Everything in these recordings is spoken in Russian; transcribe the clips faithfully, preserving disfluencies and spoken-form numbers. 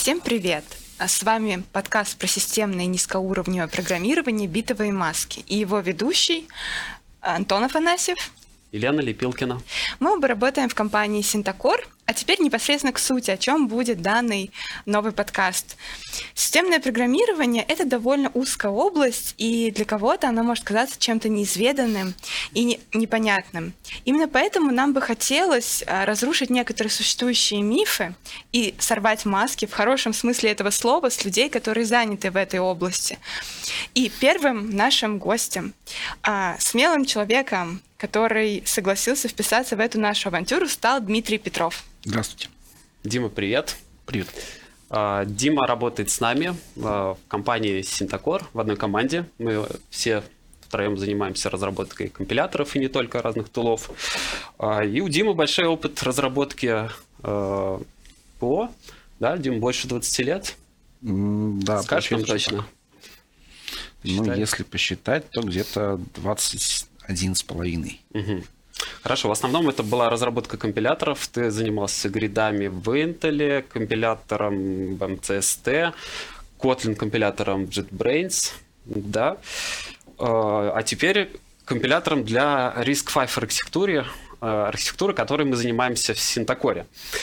Всем привет! С вами подкаст про системное и низкоуровневое программирование «Битовые маски» и его ведущий Антон Афанасьев и Лена Лепилкина. Мы оба работаем в компании Syntacore, а теперь непосредственно к сути, о чем будет данный новый подкаст. Системное программирование — это довольно узкая область, и для кого-то оно может казаться чем-то неизведанным и не, непонятным. Именно поэтому нам бы хотелось разрушить некоторые существующие мифы и сорвать маски в хорошем смысле этого слова с людей, которые заняты в этой области. И первым нашим гостем, смелым человеком, который согласился вписаться в эту нашу авантюру, стал Дмитрий Петров. Здравствуйте. Дима, привет. Привет. Дима работает с нами в компании Syntacore, в одной команде. Мы все втроем занимаемся разработкой компиляторов и не только разных тулов. И у Димы большой опыт разработки ПО. Да, Дима, больше двадцати лет? Да, скажешь нам точно? Ну, если посчитать, то где-то двадцать один с половиной. Угу. Хорошо, в основном это была разработка компиляторов. Ты занимался гридами в Intel, компилятором в эм си эс ти, Kotlin компилятором в JetBrains, да. А теперь компилятором для RISC-V архитектуры, архитектуры, которой мы занимаемся в Syntacore.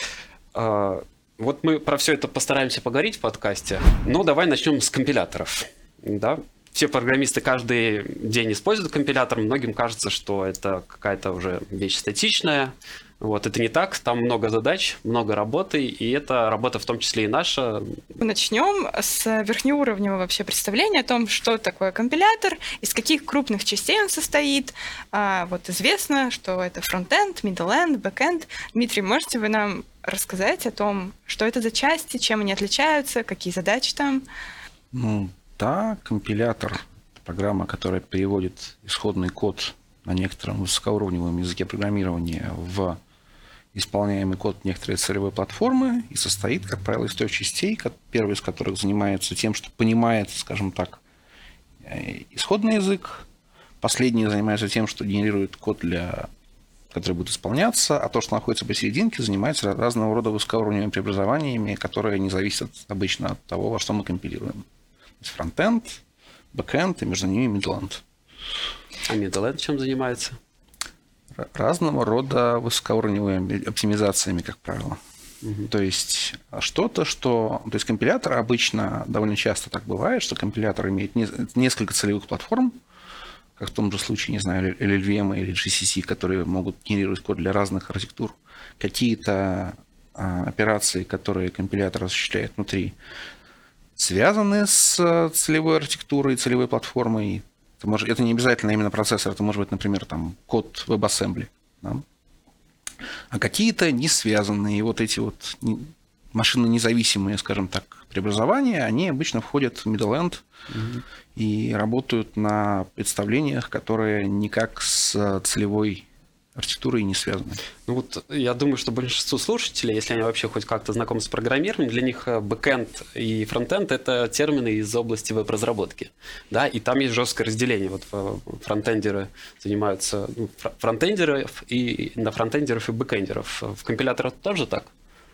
Вот мы про все это постараемся поговорить в подкасте. Но давай начнем с компиляторов, да. Все программисты каждый день используют компилятор. Многим кажется, что это какая-то уже вещь статичная. Вот, это не так. Там много задач, много работы, и это работа в том числе и наша. Начнем с верхнеуровневого вообще представления о том, что такое компилятор, из каких крупных частей он состоит. А, вот известно, что это фронтенд, middle-end, back-end. Дмитрий, можете вы нам рассказать о том, что это за части, чем они отличаются, какие задачи там? Ну, Да, компилятор – программа, которая переводит исходный код на некотором высокоуровневом языке программирования в исполняемый код некоторой целевой платформы и состоит, как правило, из трех частей, первая из которых занимается тем, что понимает, скажем так, исходный язык, последняя занимается тем, что генерирует код, для, который будет исполняться, а то, что находится посерединке, занимается разного рода высокоуровневыми преобразованиями, которые не зависят обычно от того, во что мы компилируем. Фронтенд, бэкенд и между ними middle-end. А middle-end чем занимается? Разного рода высокоуровневыми оптимизациями, как правило. Угу. То есть что-то, что... То есть компилятор обычно, довольно часто так бывает, что компилятор имеет несколько целевых платформ, как в том же случае, не знаю, эл эл ви эм или джи си си, которые могут генерировать код для разных архитектур. Какие-то а, операции, которые компилятор осуществляет внутри, связаны с целевой архитектурой, целевой платформой. Это, может, это не обязательно именно процессор, это может быть, например, там, код WebAssembly. Да? А какие-то не связанные. И вот эти вот машинно-независимые, скажем так, преобразования, они обычно входят в middle-end mm-hmm. и работают на представлениях, которые никак с целевой архитектурой не связаны. Ну вот я думаю, что большинству слушателей, если они вообще хоть как-то знакомы с программированием, для них бэкэнд и фронтенд — это термины из области веб-разработки. Да? И там есть жесткое разделение. Вот фронтендеры занимаются ну, фронтендеров и на фронтендеров и бэкэндеров. В компиляторах тоже так?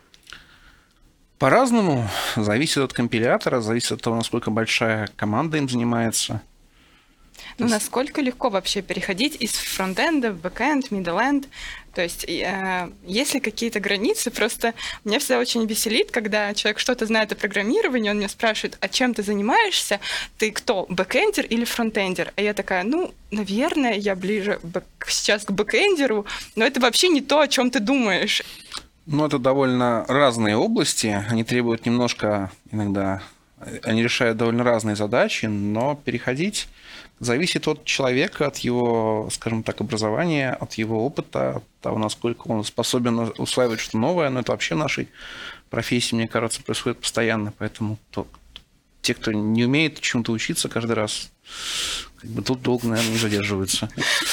По-разному. Зависит от компилятора, зависит от того, насколько большая команда им занимается. Ну, насколько легко вообще переходить из фронтенда в бэкэнд, middle-end? То есть, э, есть ли какие-то границы? Просто меня всегда очень веселит, когда человек что-то знает о программировании, он меня спрашивает, а чем ты занимаешься? Ты кто, бэкэндер или фронтендер? А я такая, ну, наверное, я ближе бэк- сейчас к бэкэндеру, но это вообще не то, о чем ты думаешь. Ну, это довольно разные области, они требуют немножко иногда... Они решают довольно разные задачи, но переходить зависит от человека, от его, скажем так, образования, от его опыта, от того, насколько он способен усваивать что-то новое. Но это вообще в нашей профессии, мне кажется, происходит постоянно. Поэтому то, те, кто не умеет чему-то учиться каждый раз, как бы тут долго, наверное, не задерживаются.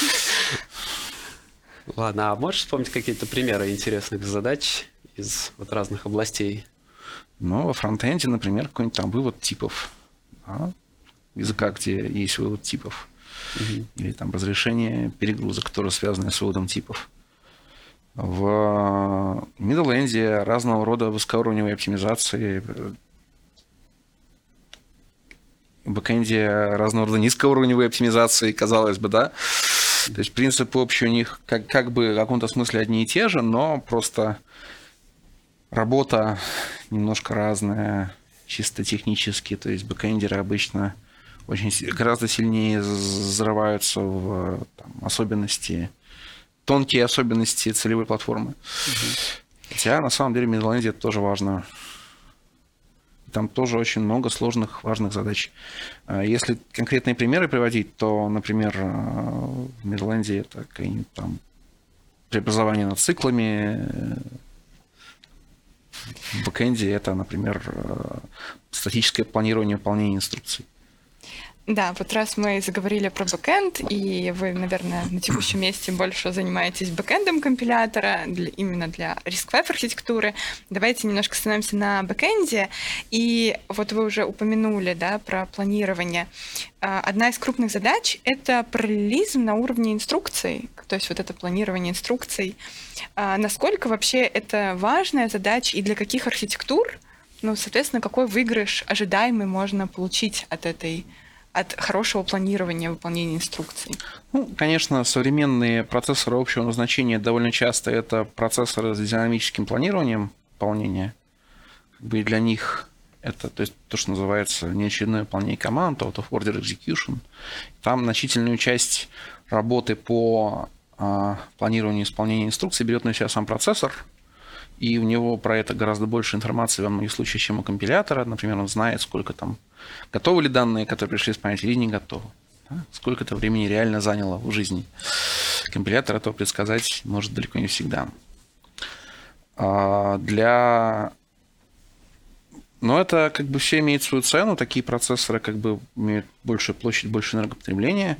Ладно, а можешь вспомнить какие-то примеры интересных задач из вот разных областей? Ну, во фронтенде, например, какой-нибудь там вывод типов. Да? Языка, где есть вывод типов. Угу. Или там разрешение перегрузок, которые связаны с выводом типов. В middle-end разного рода высокоуровневые оптимизации в бэкэнде разного рода низкоуровневой оптимизации, казалось бы, да. То есть принципы общие у них как, как бы в каком-то смысле одни и те же, но просто работа немножко разная, чисто технически. То есть бэкэндеры обычно очень гораздо сильнее взрываются в там, особенности, тонкие особенности целевой платформы. Угу. Хотя на самом деле в Midland это тоже важно. Там тоже очень много сложных, важных задач. Если конкретные примеры приводить, то, например, в Midland это какие-нибудь там преобразование над циклами. В бэкэнде это, например, статическое планирование выполнения инструкций. Да, вот раз мы заговорили про бэкэнд, и вы, наверное, на текущем месте больше занимаетесь бэкэндом компилятора, для, именно для риск-веб архитектуры, давайте немножко остановимся на бэкэнде. И вот вы уже упомянули, да, про планирование. Одна из крупных задач — это параллелизм на уровне инструкций, то есть вот это планирование инструкций. Насколько вообще это важная задача и для каких архитектур, ну, соответственно, какой выигрыш ожидаемый можно получить от этой от хорошего планирования выполнения инструкций? Ну, конечно, современные процессоры общего назначения довольно часто это процессоры с динамическим планированием выполнения. Как бы и для них это, то есть то, что называется неочередное выполнение команд, out of order execution. Там значительную часть работы по а, планированию и исполнению инструкций берет на себя сам процессор, и у него про это гораздо больше информации во многих случаях, чем у компилятора. Например, он знает, сколько там готовы ли данные, которые пришли с памяти, или не готовы. Да? Сколько это времени реально заняло в жизни. Компилятор этого предсказать может далеко не всегда. А для... Но это как бы все имеет свою цену. Такие процессоры как бы имеют большую площадь, больше энергопотребления.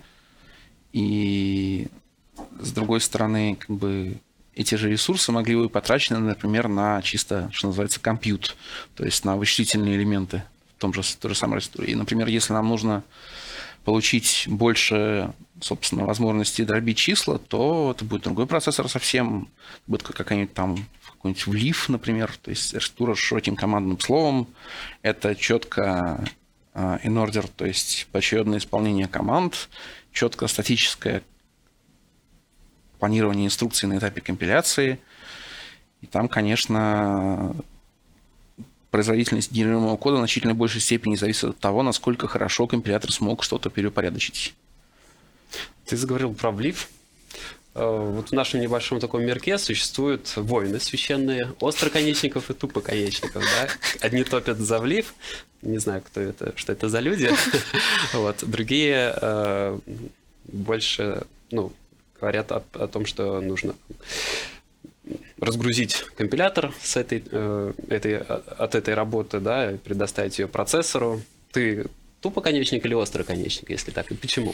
И с другой стороны, как бы эти же ресурсы могли бы быть потрачены, например, на чисто, что называется, компьют, то есть на вычислительные элементы в том же, в той же самой архитектуре. И, например, если нам нужно получить больше, собственно, возможностей дробить числа, то это будет другой процессор совсем, будет какая-нибудь там какой-нибудь влив, например, то есть архитектура с широким командным словом. Это четко in order, то есть поочередное исполнение команд, четко статическое планирование инструкций на этапе компиляции. И там, конечно, производительность генерируемого кода в значительно большей степени зависит от того, насколько хорошо компилятор смог что-то переупорядочить. Ты заговорил про влив. Вот в нашем небольшом таком мирке существуют войны священные, остроконечников и тупоконечников. Да? Одни топят за влив, не знаю, кто это, что это за люди. Вот. Другие э, больше, ну, говорят о, о том, что нужно разгрузить компилятор с этой, э, этой, от этой работы, да, и предоставить ее процессору. Ты тупоконечник или остроконечник, если так, и почему?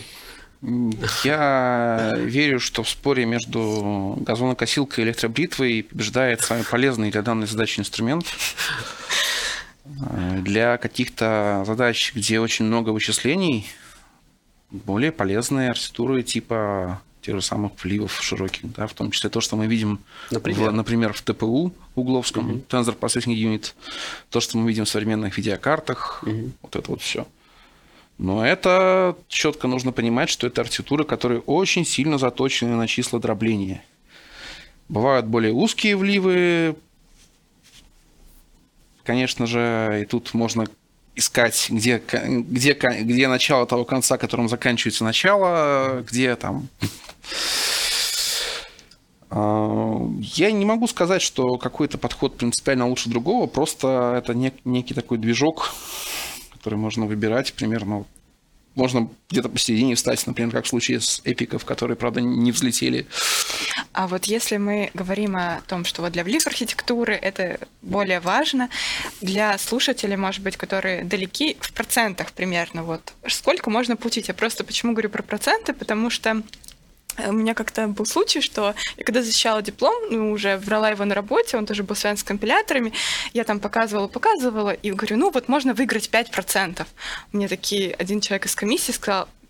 Я верю, что в споре между газонокосилкой и электробритвой побеждает самый полезный для данной задачи инструмент. Для каких-то задач, где очень много вычислений, более полезные архитектуры типа тех же самых вливов широких, да, в том числе то, что мы видим, например, в, например, в ТПУ угловском, mm-hmm. Tensor Processing Unit, то, что мы видим в современных видеокартах, mm-hmm. вот это вот все. Но это четко нужно понимать, что это архитектуры, которые очень сильно заточены на числа дробления. Бывают более узкие вливы, конечно же, и тут можно искать, где, где, где начало того конца, которым заканчивается начало, где там... Я не могу сказать, что какой-то подход принципиально лучше другого, просто это нек- некий такой движок, который можно выбирать примерно. Можно где-то посередине встать, например, как в случае с эпиков, которые, правда, не взлетели. А вот если мы говорим о том, что вот для влив-архитектуры это более важно, для слушателей, может быть, которые далеки, в процентах примерно, вот сколько можно получить? Я просто почему говорю про проценты, потому что у меня как-то был случай, что я когда защищала диплом, ну, уже брала его на работе, он тоже был связан с компиляторами, я там показывала, показывала, и говорю, ну, вот можно выиграть пять процентов. Мне такие, один человек из комиссии сказал,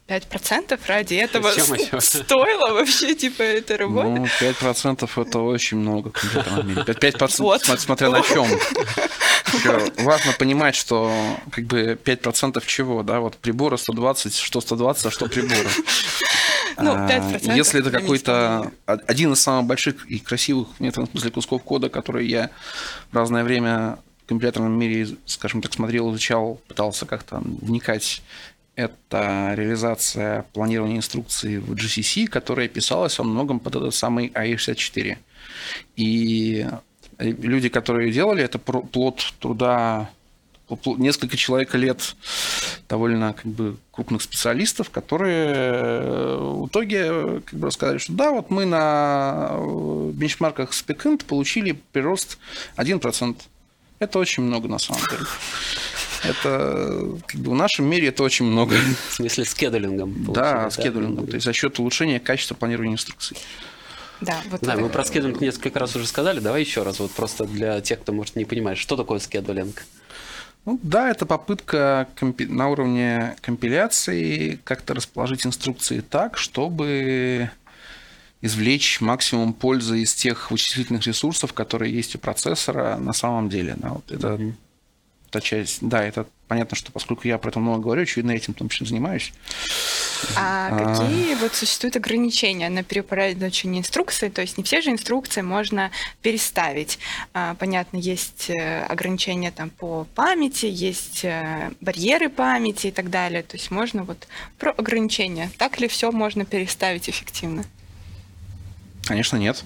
пять процентов ради этого Зачем еще? стоило вообще, типа, этой работы? Ну, пять процентов это очень много в компьютерном мире. пять процентов, Вот. смотря на чем. Важно понимать, что как бы пять процентов чего, да, вот прибора сто двадцать, что сто двадцать, а что прибора. Ну, пять процентов. Если это какой-то один из самых больших и красивых, в этом смысле, кусков кода, который я в разное время в компьютерном мире, скажем так, смотрел, изучал, пытался как-то вникать, это реализация планирования инструкций в джи си си, которая писалась во многом под этот самый эй и шестьдесят четыре. И люди, которые делали, это плод труда несколько человек лет довольно как бы крупных специалистов, которые в итоге как бы сказали, что да, вот мы на бенчмарках SpecInt получили прирост один процент. Это очень много на самом деле. Это как бы в нашем мире это очень много. В смысле, скедулингом? Да, скедулингом. То есть за счет улучшения качества планирования инструкций. Да, вот Да, это... мы про скедулинг несколько раз уже сказали. Давай еще раз, вот просто для тех, кто, может, не понимает, что такое скедулинг? Ну, да, это попытка компи- на уровне компиляции как-то расположить инструкции так, чтобы извлечь максимум пользы из тех вычислительных ресурсов, которые есть у процессора на самом деле. Да, вот это mm-hmm. та часть. Да, это понятно, что поскольку я про это много говорю, очевидно, этим в том числе занимаюсь. А, а какие вот существуют ограничения на переупорядочение инструкций? То есть не все же инструкции можно переставить. А, понятно, есть ограничения там по памяти, есть барьеры памяти и так далее. То есть можно вот про ограничения. Так ли все можно переставить эффективно? Конечно, нет.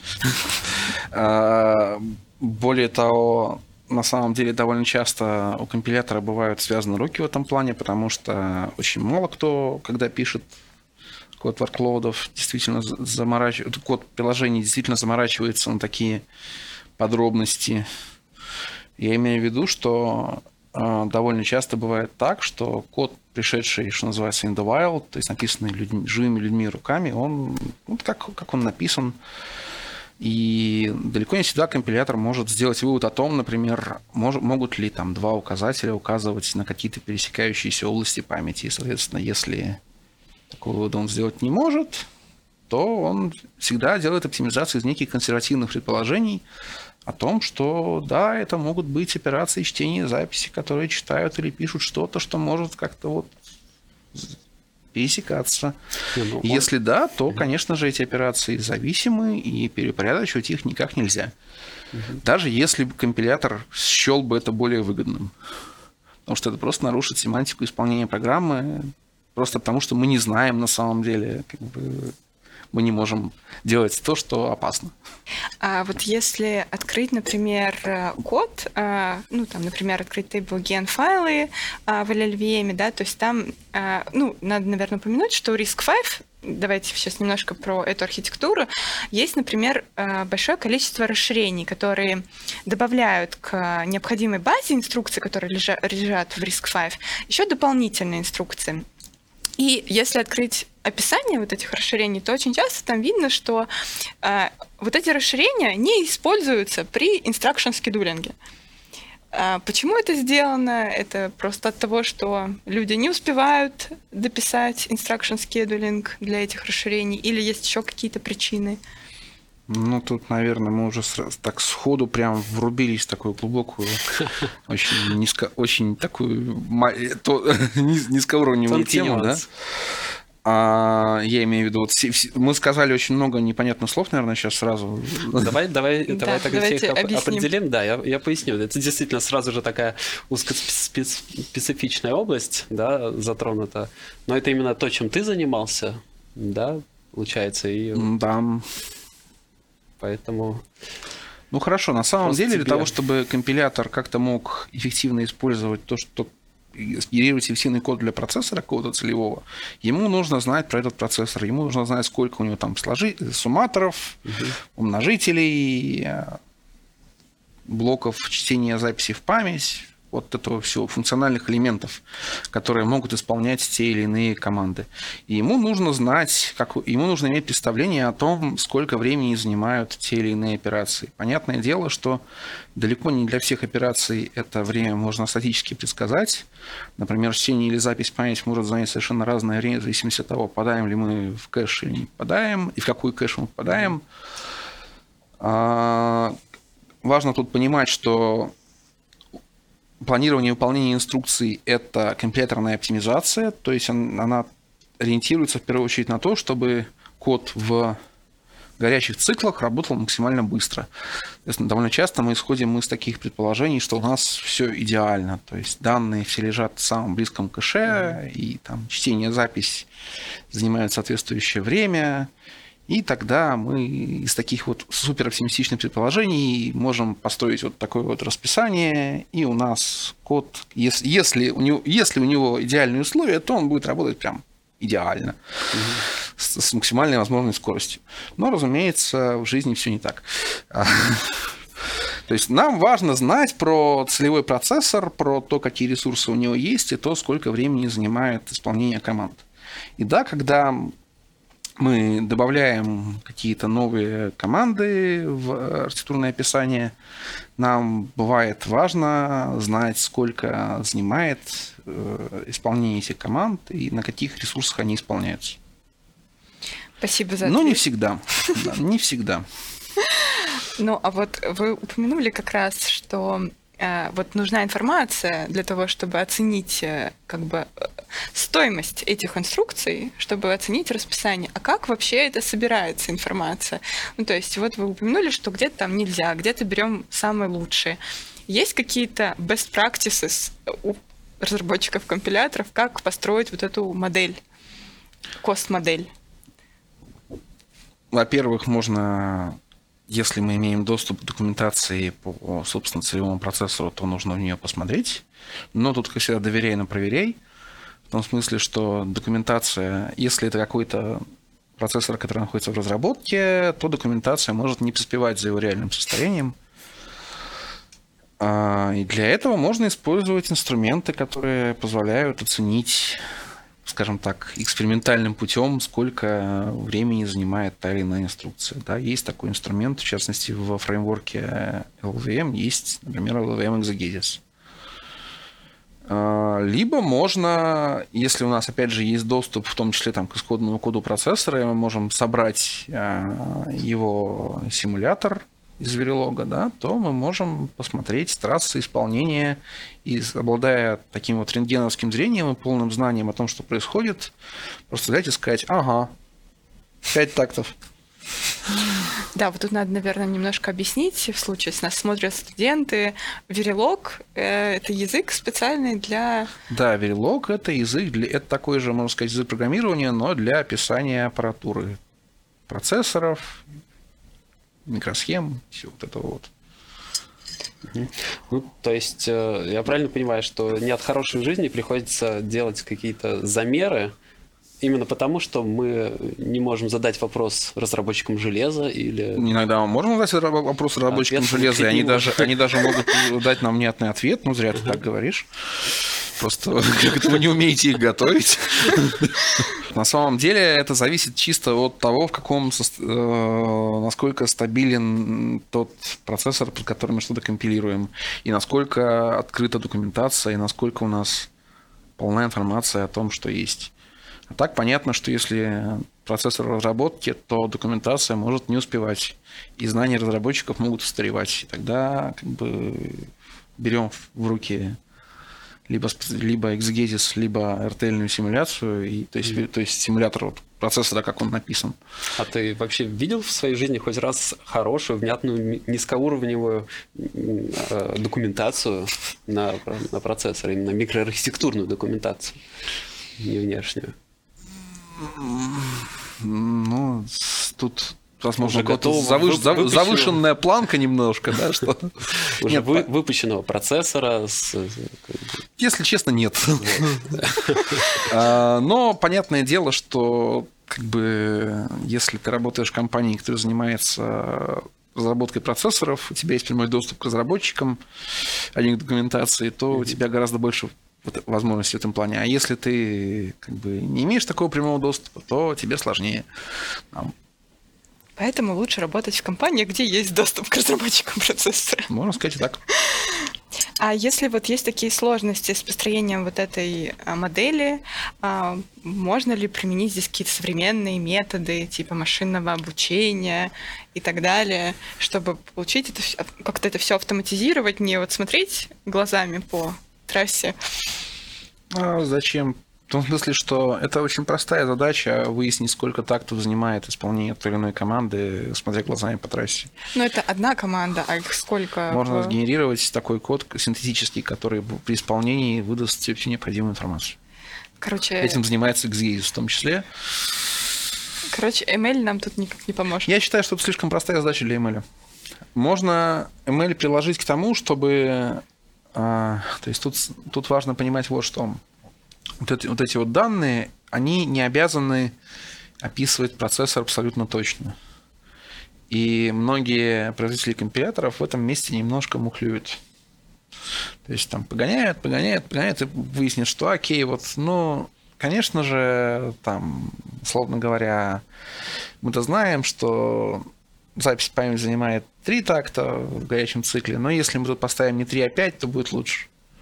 Более того, на самом деле довольно часто у компилятора бывают связаны руки в этом плане, потому что очень мало кто, когда пишет код ворклоудов, действительно заморачивается, код приложений действительно заморачивается на такие подробности. Я имею в виду, что э, довольно часто бывает так, что код, пришедший, что называется, in the wild, то есть написанный людьми, живыми людьми руками, он, ну, как, как он написан. И далеко не всегда компилятор может сделать вывод о том, например, мож, могут ли там два указателя указывать на какие-то пересекающиеся области памяти. И, соответственно, если такого вывода он сделать не может, то он всегда делает оптимизацию из неких консервативных предположений о том, что да, это могут быть операции чтения и записи, которые читают или пишут что-то, что может как-то вот пересекаться. Ну, Если он... да, то, конечно же, эти операции зависимы, и переупорядочивать их никак нельзя. Угу. Даже если компилятор счел бы это более выгодным. Потому что это просто нарушит семантику исполнения программы, просто потому что мы не знаем на самом деле, как бы, мы не можем делать то, что опасно. А вот если открыть, например, код, ну, там, например, открыть table-gen файлы в эл эл ви эм, да, то есть там, ну, надо, наверное, упомянуть, что у риск пять, давайте сейчас немножко про эту архитектуру, есть, например, большое количество расширений, которые добавляют к необходимой базе инструкций, которые лежат в риск пять, еще дополнительные инструкции. И если открыть описание вот этих расширений, то очень часто там видно, что э, вот эти расширения не используются при instruction scheduling. А почему это сделано? Это просто от того, что люди не успевают дописать instruction scheduling для этих расширений, или есть еще какие-то причины? Ну, тут, наверное, мы уже так сходу прям врубились в такую глубокую, очень низко, очень такую низкоуровневую тему, да? А, я имею в виду, вот все, все, мы сказали очень много непонятных слов, наверное, сейчас сразу. Давай, давай, да, давай тогда все их объясним. определим. Да, я, я поясню. Это действительно сразу же такая узкоспецифичная область, да, затронута. Но это именно то, чем ты занимался, да, получается. И... Да. Поэтому... Ну хорошо, на самом деле тебе... для того, чтобы компилятор как-то мог эффективно использовать то, что генерировать эффективный код для процессора какого-то целевого, ему нужно знать про этот процессор, ему нужно знать, сколько у него там сложи... сумматоров, угу. умножителей, блоков чтения записи в память, вот этого всего, функциональных элементов, которые могут исполнять те или иные команды. И ему нужно знать, как, ему нужно иметь представление о том, сколько времени занимают те или иные операции. Понятное дело, что далеко не для всех операций это время можно статически предсказать. Например, чтение или запись в память может занять совершенно разное время, в зависимости от того, попадаем ли мы в кэш или не попадаем, и в какой кэш мы попадаем. А, важно тут понимать, что планирование и выполнение инструкций – это компиляторная оптимизация, то есть она ориентируется в первую очередь на то, чтобы код в горячих циклах работал максимально быстро. Довольно часто мы исходим из таких предположений, что у нас все идеально, то есть данные все лежат в самом близком кэше, и там чтение, запись занимают соответствующее время. И тогда мы из таких вот супероптимистичных предположений можем построить вот такое вот расписание, и у нас код, если, если, у, него, если у него идеальные условия, то он будет работать прям идеально, mm-hmm. с, с максимальной возможной скоростью. Но, разумеется, в жизни все не так. То есть нам важно знать про целевой процессор, про то, какие ресурсы у него есть, и то, сколько времени занимает исполнение команд. И да, когда мы добавляем какие-то новые команды в архитектурное описание, нам бывает важно знать, сколько занимает исполнение этих команд и на каких ресурсах они исполняются. Спасибо за ответ. Но не всегда. Да, не всегда. Ну, а вот вы упомянули как раз, что э, вот нужна информация для того, чтобы оценить э, как бы стоимость этих инструкций, чтобы оценить расписание. А как вообще это собирается информация? Ну, то есть вот вы упомянули, что где-то там нельзя, где-то берем самые лучшие. Есть какие-то best practices у разработчиков компиляторов, как построить вот эту модель, кост-модель? Во-первых, можно, если мы имеем доступ к документации по, собственно, целевому процессору, то нужно в нее посмотреть. Но тут, как всегда, доверяй, но проверяй. В том смысле, что документация, если это какой-то процессор, который находится в разработке, то документация может не поспевать за его реальным состоянием. И для этого можно использовать инструменты, которые позволяют оценить, скажем так, экспериментальным путем, сколько времени занимает та или иная инструкция. Да, есть такой инструмент, в частности, во фреймворке эл ви эм есть, например, эл ви эм Exegesis. Либо можно, если у нас, опять же, есть доступ, в том числе там, к исходному коду процессора, мы можем собрать его симулятор из Verilog, да, то мы можем посмотреть трассы исполнения и, обладая таким вот рентгеновским зрением и полным знанием о том, что происходит, просто взять и сказать: ага, пять тактов. Да, вот тут надо, наверное, немножко объяснить. В случае, если нас смотрят студенты, Verilog — это язык специальный для... Да, Verilog — это язык, для... это такой же, можно сказать, язык программирования, но для описания аппаратуры, процессоров, микросхем, все вот это вот. Ну, то есть, я правильно понимаю, что не от хорошей жизни приходится делать какие-то замеры, именно потому, что мы не можем задать вопрос разработчикам железа или... Иногда мы можем задать вопрос разработчикам железа, и они даже, они даже могут дать нам внятный ответ. Ну, зря ты так говоришь. Просто как-то вы не умеете их готовить. На самом деле это зависит чисто от того, в каком, насколько стабилен тот процессор, под которым мы что-то компилируем, и насколько открыта документация, и насколько у нас полная информация о том, что есть. А так понятно, что если процессор разработки, то документация может не успевать, и знания разработчиков могут устаревать. И тогда как бы берем в руки либо, либо Exegesis, либо эр ти эл-ную симуляцию, и, то, есть, mm-hmm. то есть симулятор вот, процессора, как он написан. А ты вообще видел в своей жизни хоть раз хорошую, внятную, низкоуровневую э, документацию на, на процессор, именно микроархитектурную документацию, не внешнюю? Ну, тут, возможно, завыш... завышенная выпущенного... планка немножко, да, что... Уже нет, вы... выпущенного процессора с... Если честно, нет. Но понятное дело, что как бы если ты работаешь в компании, которая занимается разработкой процессоров, у тебя есть прямой доступ к разработчикам, а не к документации, то mm-hmm. у тебя гораздо больше возможностей в этом плане. А если ты как бы не имеешь такого прямого доступа, то тебе сложнее. Поэтому лучше работать в компании, где есть доступ к разработчикам процессора. Можно сказать и так. А если вот есть такие сложности с построением вот этой а, модели, а, можно ли применить здесь какие-то современные методы, типа машинного обучения и так далее, чтобы получить это, как-то это все автоматизировать, не вот смотреть глазами по трассе? А зачем? В том смысле, что это очень простая задача выяснить, сколько тактов занимает исполнение той или иной команды, смотря глазами по трассе. Но это одна команда, а их сколько? Можно в... сгенерировать такой код синтетический, который при исполнении выдаст тебе всю необходимую информацию. Короче... Этим занимается Xgis в том числе. Короче, эм эл нам тут никак не поможет. Я считаю, что это слишком простая задача для эм эл. Можно эм эл приложить к тому, чтобы... А, то есть тут, тут важно понимать вот что... Вот эти, вот эти вот данные, они не обязаны описывать процессор абсолютно точно. И многие производители компиляторов в этом месте немножко мухлюют. То есть там погоняют, погоняют, погоняют, и выяснят, что окей, вот, ну, конечно же, там, условно говоря, мы-то знаем, что запись памяти занимает три такта в горячем цикле, но если мы тут поставим не три, а пять, то будет лучше.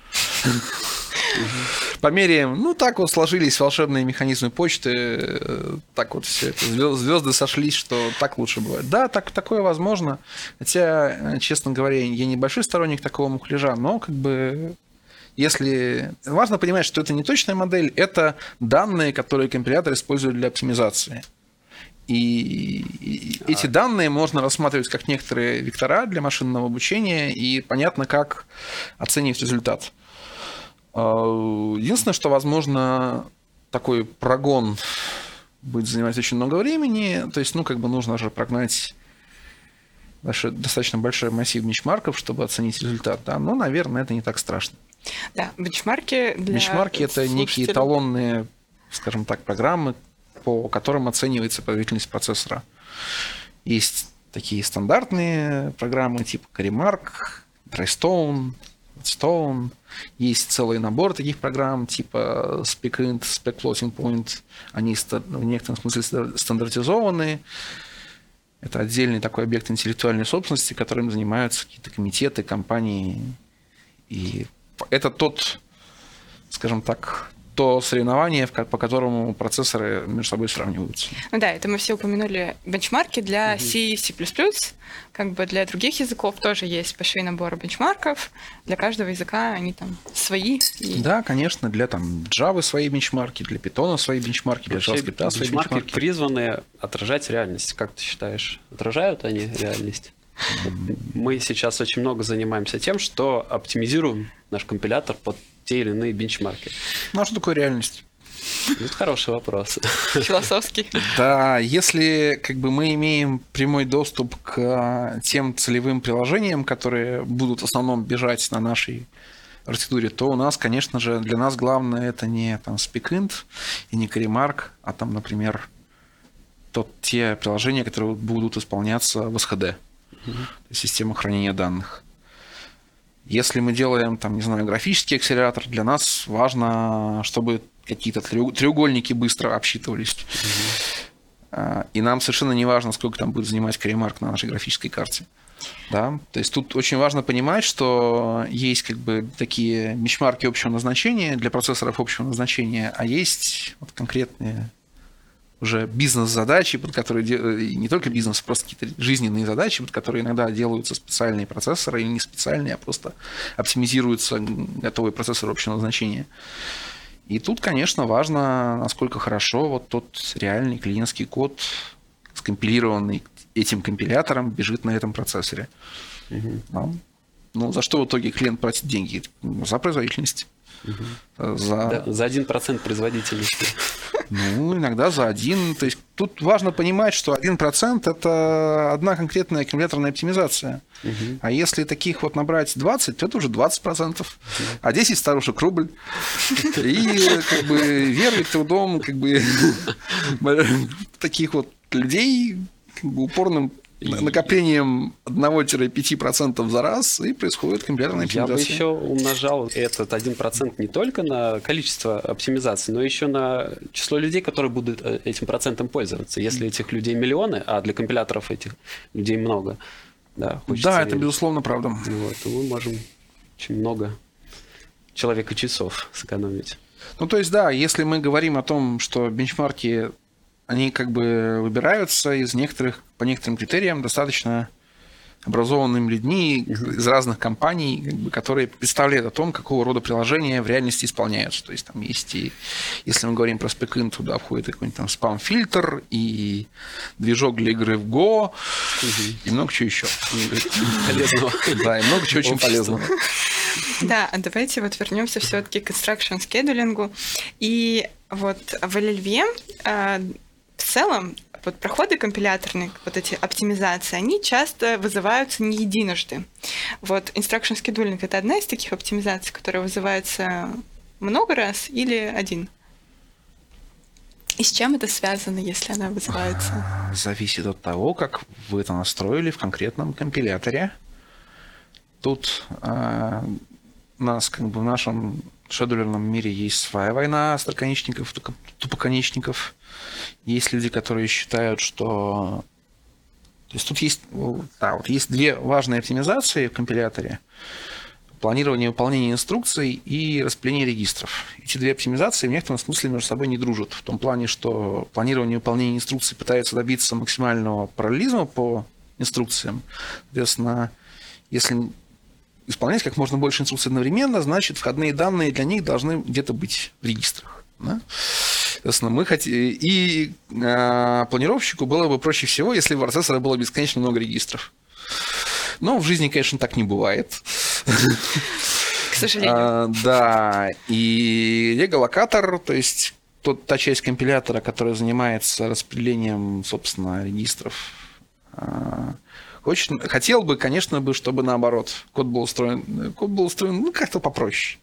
Померяем, ну так вот сложились волшебные механизмы почты, так вот все это, звезды сошлись, что так лучше бывает. Да, так, такое возможно, хотя, честно говоря, я небольшой сторонник такого мухляжа, но как бы если... Важно понимать, что это не точная модель, это данные, которые компилятор использует для оптимизации. И, и а. эти данные можно рассматривать как некоторые вектора для машинного обучения, и понятно, как оценивать результат. Единственное, что, возможно, такой прогон будет занимать очень много времени. То есть, ну, как бы нужно же прогнать большой, достаточно большой массив бенчмарков, чтобы оценить результат. Да? Но, наверное, это не так страшно. Да, бенчмарки для Бенчмарки – это некие эталонные, скажем так, программы, по которым оценивается производительность процессора. Есть такие стандартные программы типа Carimark, Drystone, Stone. Есть целый набор таких программ, типа SpecInt, SpecFloating-Point. Они в некотором смысле стандартизованы. Это отдельный такой объект интеллектуальной собственности, которым занимаются какие-то комитеты, компании. И это тот, скажем так, то соревнование, по которому процессоры между собой сравниваются. Ну да, это мы все упомянули бенчмарки для угу. C и C++. Как бы для других языков тоже есть большие наборы бенчмарков. Для каждого языка они там свои. И... Да, конечно, для там Java свои бенчмарки, для Python свои бенчмарки, для JavaScript свои бенчмарки. Бенчмарки призваны отражать реальность. Как ты считаешь, отражают они реальность? Мы сейчас очень много занимаемся тем, что оптимизируем наш компилятор под те или иные бенчмарки. Ну, а что такое реальность? Это хороший вопрос. Философский. Да, если как бы мы имеем прямой доступ к тем целевым приложениям, которые будут в основном бежать на нашей архитектуре, то у нас, конечно же, для нас главное это не там SpecInt и не Carimark, а там, например, тот, те приложения, которые будут исполняться в эс эйч ди, угу. система хранения данных. Если мы делаем, там, не знаю, графический акселератор, для нас важно, чтобы какие-то треугольники быстро обсчитывались. Mm-hmm. И нам совершенно не важно, сколько там будет занимать Carimark на нашей графической карте. Да? То есть тут очень важно понимать, что есть как бы такие бенчмарки общего назначения для процессоров общего назначения, а есть вот конкретные уже бизнес-задачи, под которые не только бизнес, а просто какие-то жизненные задачи, под которые иногда делаются специальные процессоры, или не специальные, а просто оптимизируются готовые процессоры общего назначения. И тут, конечно, важно, насколько хорошо вот тот реальный клиентский код, скомпилированный этим компилятором, бежит на этом процессоре. Угу. Да. Ну, за что в итоге клиент платит деньги? За производительность. Угу. За... Да, за один процент производительности. Ну, иногда за один. То есть тут важно понимать, что один процент – это одна конкретная аккумуляторная оптимизация. Угу. А если таких вот набрать двадцать, то это уже двадцать процентов. Угу. А десять старушек рубль. И как бы верный трудом как бы таких вот людей как бы упорным накоплением один-пять процентов за раз, и происходит компиляторная оптимизация. Я бы еще умножал этот один процент не только на количество оптимизаций, но еще на число людей, которые будут этим процентом пользоваться. Если этих людей миллионы, а для компиляторов этих людей много, да, да, это безусловно правда. Вот, то мы можем очень много человека часов сэкономить. Ну, то есть, да, если мы говорим о том, что бенчмарки, они как бы выбираются из некоторых, по некоторым критериям, достаточно образованными людьми из разных компаний, как бы, которые представляют о том, какого рода приложения в реальности исполняются. То есть там есть и, если мы говорим про SpecInt, туда входит какой-нибудь там спам-фильтр, и движок для игры в Go, угу. и много чего еще. Полезного. Да, и много чего очень полезного. Да, а давайте вот вернемся все-таки к instruction scheduling. И вот в эл эл ви эм э, в целом вот проходы компиляторные, вот эти оптимизации, они часто вызываются не единожды. Вот instruction scheduling — это одна из таких оптимизаций, которая вызывается много раз или один? И с чем это связано, если она вызывается? Зависит от того, как вы это настроили в конкретном компиляторе. Тут э, у нас как бы в нашем шедулерном мире есть своя война остроконечников, тупоконечников. Есть люди, которые считают, что... То есть тут есть, да, вот есть две важные оптимизации в компиляторе. Планирование выполнения инструкций и распределение регистров. Эти две оптимизации в некотором смысле между собой не дружат. В том плане, что планирование выполнения инструкций пытается добиться максимального параллелизма по инструкциям. Соответственно, если исполнять как можно больше инструкций одновременно, значит, входные данные для них должны где-то быть в регистрах. Да? Соответственно, мы хотим... И э, планировщику было бы проще всего, если у процессора было бесконечно много регистров. Но в жизни, конечно, так не бывает. К сожалению. А, да, и реголокатор, то есть тот, та часть компилятора, которая занимается распределением, собственно, регистров, а, хочет, хотел бы, конечно, бы, чтобы наоборот код был устроен, код был устроен ну, как-то попроще.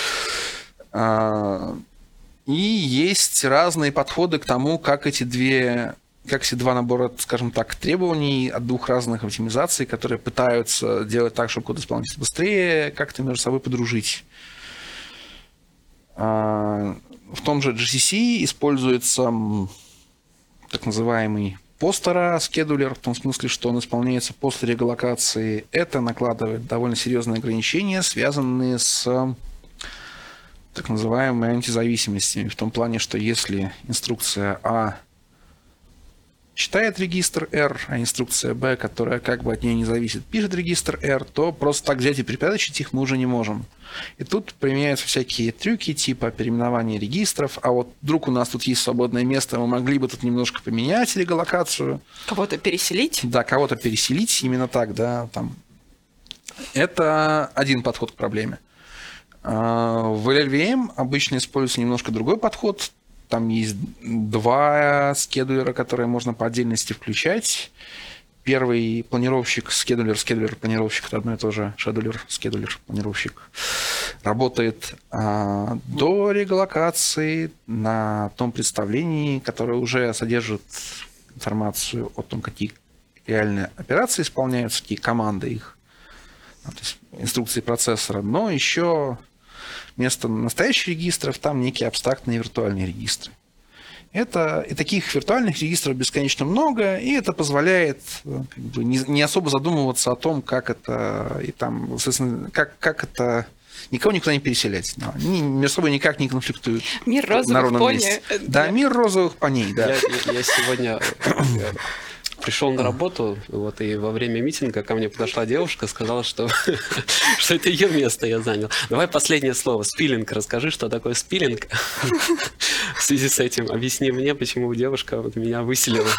А, и есть разные подходы к тому, как эти две... как эти два набора, скажем так, требований от двух разных оптимизаций, которые пытаются делать так, чтобы код исполнялся быстрее, как-то между собой подружить. В том же джи си си используется так называемый постера-скедулер, в том смысле, что он исполняется после реголокации. Это накладывает довольно серьезные ограничения, связанные с так называемыми антизависимостями, в том плане, что если инструкция А читает регистр R, а инструкция B, которая как бы от нее не зависит, пишет регистр R, то просто так взять и припрятать их мы уже не можем. И тут применяются всякие трюки типа переименования регистров, а вот вдруг у нас тут есть свободное место, мы могли бы тут немножко поменять реголокацию. Кого-то переселить? Да, кого-то переселить, именно так, да. Там. Это один подход к проблеме. В эл эл ви эм обычно используется немножко другой подход. Там есть два скедулера, которые можно по отдельности включать. Первый планировщик, скедулер, скедулер, планировщик, это одно и то же. Шедулер, скедулер, планировщик. Работает а, до реголокации на том представлении, которое уже содержит информацию о том, какие реальные операции исполняются, какие команды их. То есть инструкции процессора. Но еще... вместо настоящих регистров там некие абстрактные виртуальные регистры. Это, и таких виртуальных регистров бесконечно много, и это позволяет как бы, не, не особо задумываться о том, как это, и там, соответственно, как, как это... Никого никуда не переселять. Но они между собой никак не конфликтуют. Мир розовых пони. Да, мир розовых поней, да. Я, я сегодня... Пришел на работу, вот, и во время митинга ко мне подошла девушка, сказала, что, что это ее место я занял. Давай последнее слово. Спилинг. Расскажи, что такое спилинг. В связи с этим объясни мне, почему девушка вот меня выселила.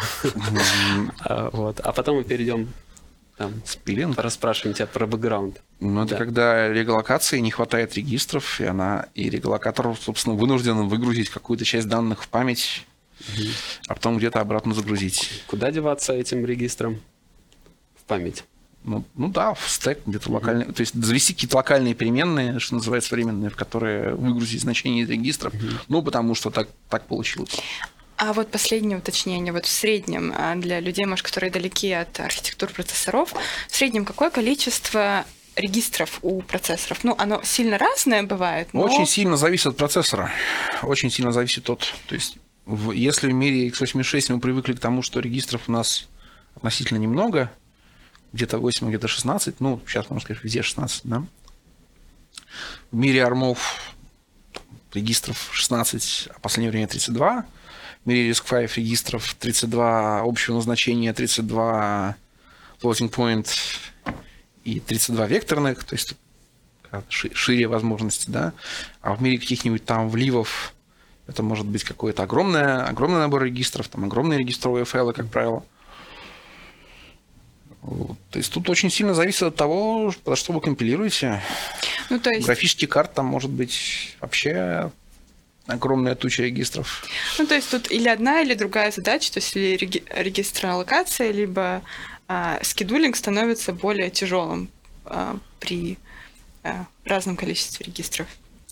Вот. А потом мы перейдем там, спилинг. Расспрашиваем тебя про бэкграунд. Ну, это да. Когда реголокации не хватает регистров, и она и реголокатор, собственно, вынужден выгрузить какую-то часть данных в память, угу. а потом где-то обратно загрузить. Куда деваться этим регистром? В память. Ну, ну да, в стэк где-то угу. локальный. То есть завести какие-то локальные переменные, что называется, временные, в которые выгрузить значение из регистров. Угу. Ну, потому что так, так получилось. А вот последнее уточнение. Вот в среднем для людей, может, которые далеки от архитектур процессоров, в среднем какое количество регистров у процессоров? Ну, оно сильно разное бывает, но... Очень сильно зависит от процессора. Очень сильно зависит от... То есть, в, если в мире икс восемьдесят шесть мы привыкли к тому, что регистров у нас относительно немного, где-то восемь, где-то шестнадцать, ну, сейчас можно сказать, везде шестнадцать, да? В мире армов регистров шестнадцать, а в последнее время тридцать два. В мире риск пять регистров тридцать два общего назначения, тридцать два floating point и тридцать два векторных, то есть шире возможности, да. А в мире каких-нибудь там вливов это может быть какой-то огромный, огромный набор регистров, там огромные регистровые файлы, как правило. То есть тут очень сильно зависит от того, под что вы компилируете. Ну, то есть... Графический карт там может быть вообще огромная туча регистров. Ну, то есть тут или одна, или другая задача, то есть или реги- регистр-аллокация, либо а, скедулинг становится более тяжелым а, при а, разном количестве регистров.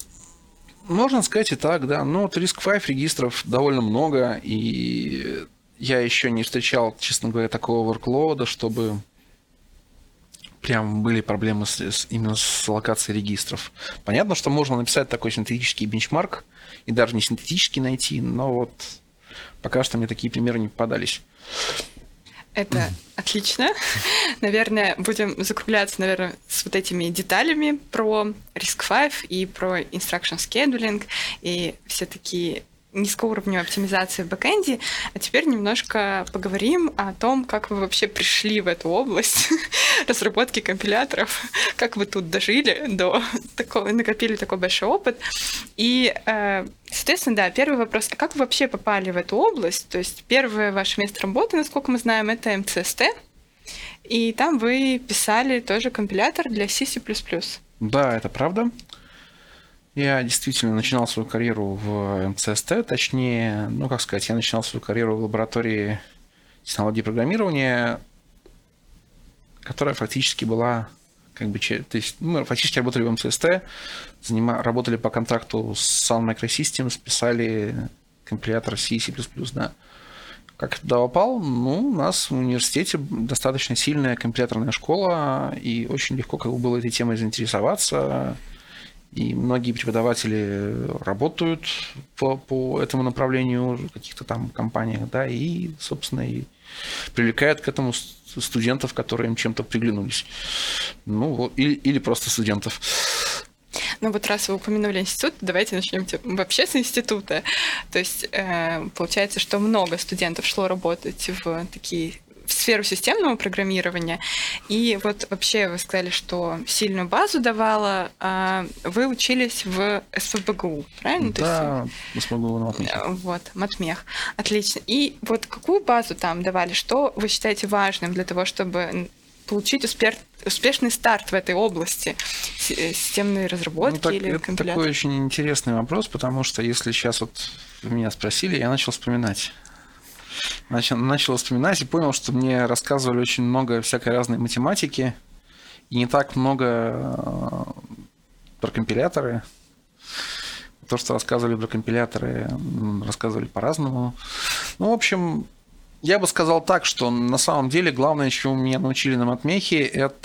Можно сказать и так, да. Но вот риск пять регистров довольно много, и я еще не встречал, честно говоря, такого workload, чтобы прям были проблемы с, с, именно с локацией регистров. Понятно, что можно написать такой синтетический бенчмарк, и даже не синтетический найти, но вот пока что мне такие примеры не попадались. Это mm. отлично. Наверное, будем закругляться, наверное, с вот этими деталями про риск пять и про instruction scheduling и все такие низкоуровневой оптимизации в бэкэнде. А теперь немножко поговорим о том, как вы вообще пришли в эту область разработки компиляторов, как вы тут дожили до такого, накопили такой большой опыт. И, соответственно, да, первый вопрос. А как вы вообще попали в эту область? То есть первое ваше место работы, насколько мы знаем, это эм си эс ти, и там вы писали тоже компилятор для C++. Да, это правда. Я действительно начинал свою карьеру в эм си эс ти, точнее, ну, как сказать, я начинал свою карьеру в лаборатории технологий программирования, которая фактически была, как бы, то есть мы фактически работали в эм си эс ти, занима, работали по контракту с Sun Microsystems, писали компилятор C и C++, да. Как туда попал? Ну, у нас в университете достаточно сильная компиляторная школа, и очень легко как бы было этой темой заинтересоваться. И многие преподаватели работают по, по этому направлению в каких-то там компаниях, да, и, собственно, и привлекают к этому студентов, которые им чем-то приглянулись. Ну, вот, или, или просто студентов. Ну вот раз вы упомянули институт, давайте начнем вообще с института. То есть э, получается, что много студентов шло работать в такие... в сферу системного программирования. И вот вообще вы сказали, что сильную базу давала. А вы учились в эс пэ бэ гэ у, правильно? Да, эс пэ бэ гэ у на Матмехе. Вот, Матмех. Отлично. И вот какую базу там давали? Что вы считаете важным для того, чтобы получить успех, успешный старт в этой области системной разработки ну, так, или это компиляции? Такой очень интересный вопрос, потому что если сейчас вот вы меня спросили, я начал вспоминать. Начал, начал вспоминать и понял, что мне рассказывали очень много всякой разной математики и не так много про компиляторы. То, что рассказывали про компиляторы, рассказывали по-разному. Ну, в общем, я бы сказал так, что на самом деле главное, чему меня научили на Матмехе,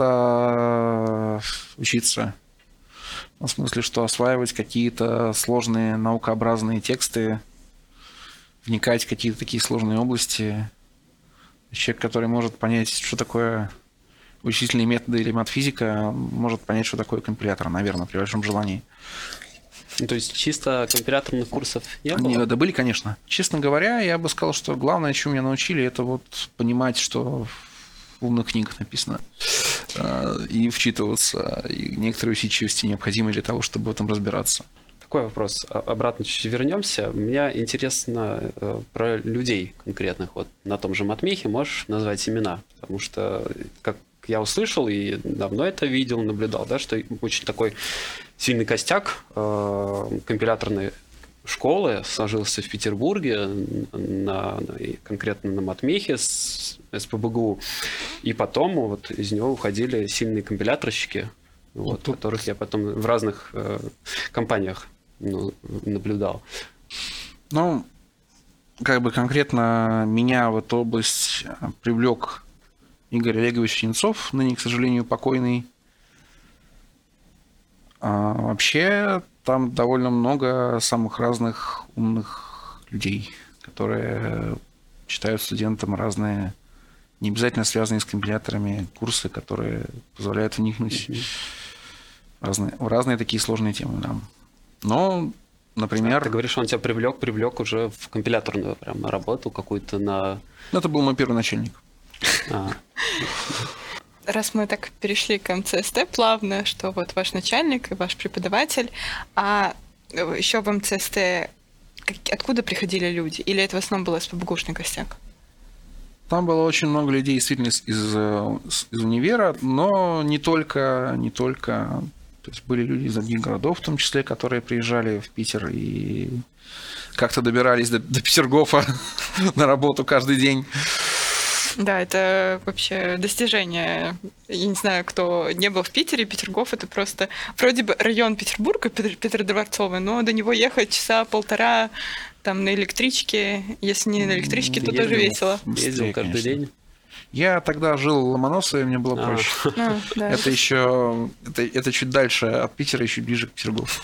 это учиться. В смысле, что осваивать какие-то сложные наукообразные тексты, вникать в какие-то такие сложные области. Человек, который может понять, что такое вычислительные методы или матфизика, может понять, что такое компилятор, наверное, при большом желании. Ну, то есть чисто компиляторных курсов не было? Нет, да были, конечно. Честно говоря, я бы сказал, что главное, чему меня научили, это вот понимать, что в умных книгах написано, и вчитываться, и некоторые усидчивости необходимы для того, чтобы в этом разбираться. Такой вопрос. Обратно чуть вернемся. Мне интересно э, про людей конкретных. Вот на том же Матмехе можешь назвать имена? Потому что, как я услышал и давно это видел, наблюдал, да, что очень такой сильный костяк э, компиляторной школы сложился в Петербурге, на, на, конкретно на Матмехе с эс пэ бэ гэ у. И потом вот из него уходили сильные компиляторщики, вот, тут... которых я потом в разных э, компаниях ну, наблюдал. Ну, как бы конкретно меня в эту область привлек Игорь Олегович Синцов, ныне, к сожалению, покойный. А вообще там довольно много самых разных умных людей, которые читают студентам разные, не обязательно связанные с компиляторами, курсы, которые позволяют вникнуть mm-hmm. в, разные, в разные такие сложные темы. Да. Но, например... Ты говоришь, он тебя привлек, привлек уже в компиляторную прям работу какую-то на... Ну, это был мой первый начальник. А. Раз мы так перешли к эм цэ эс тэ плавно, что вот ваш начальник и ваш преподаватель, а еще в эм цэ эс тэ откуда приходили люди? Или это в основном было эс пэ бэ гэ ушный костяк? Там было очень много людей действительно из, из, из универа, но не только, не только. То есть были люди из других городов, в том числе, которые приезжали в Питер и как-то добирались до, до Петергофа на работу каждый день. Да, это вообще достижение. Я не знаю, кто не был в Питере. Петергоф — это просто вроде бы район Петербурга, Петродворцовый, но до него ехать часа полтора там на электричке. Если не на электричке, то тоже весело. Ездил каждый день. Я тогда жил в Ломоносове, и мне было а. проще. А, да. Это еще это, это чуть дальше от Питера, еще ближе к Петергофу.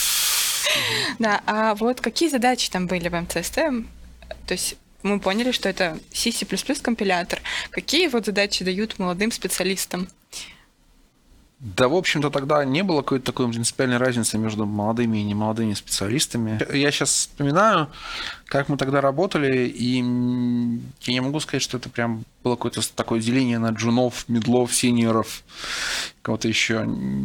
Да, а вот какие задачи там были в эм цэ эс тэ? То есть мы поняли, что это C++ компилятор. Какие вот задачи дают молодым специалистам? Да, в общем-то, тогда не было какой-то такой принципиальной разницы между молодыми и немолодыми специалистами. Я сейчас вспоминаю, как мы тогда работали, и я не могу сказать, что это прям было какое-то такое деление на джунов, мидлов, сеньоров, кого-то еще.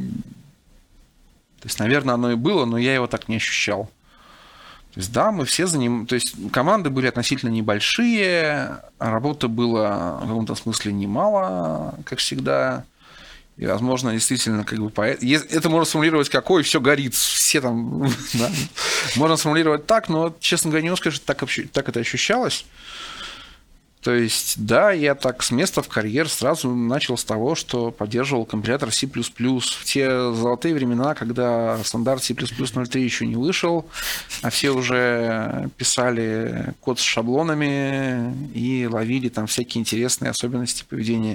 То есть, наверное, оно и было, но я его так не ощущал. То есть, да, мы все заним... То есть, команды были относительно небольшие, а работы было в каком-то смысле немало, как всегда. И, возможно, действительно, как бы по... это можно сформулировать как «Ой, все горит, все там...» да? Можно сформулировать так, но, честно говоря, не могу сказать, что так, так это ощущалось. То есть, да, я так с места в карьер сразу начал с того, что поддерживал компилятор C++. В те золотые времена, когда стандарт C++ ноль три еще не вышел, а все уже писали код с шаблонами и ловили там всякие интересные особенности поведения.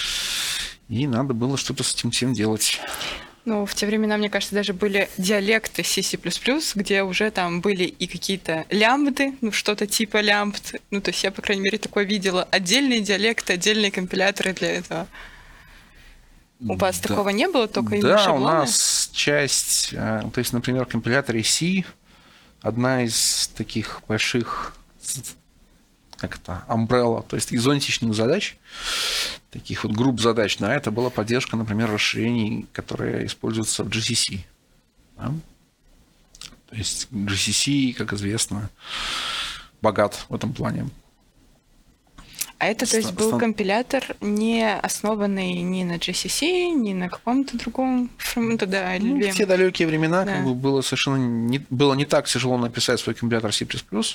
И надо было что-то с этим всем делать. Ну, в те времена, мне кажется, даже были диалекты C++, где уже там были и какие-то лямбды, ну, что-то типа лямбд. Ну, то есть я, по крайней мере, такое видела. Отдельные диалекты, отдельные компиляторы для этого. У вас да. такого не было, только именно да, шаблоны? Да, у нас часть, то есть, например, в компиляторе C одна из таких больших, как это, umbrella, то есть зонтичных задач, таких вот групп задач, да, это была поддержка, например, расширений, которые используются в джи си си. Да? То есть джи си си, как известно, богат в этом плане. А это, то есть, был Стан... компилятор, не основанный ни на джи си си, ни на каком-то другом фреймворке, да, или ну, в те далекие времена да. как бы было совершенно не, было не так тяжело написать свой компилятор C++.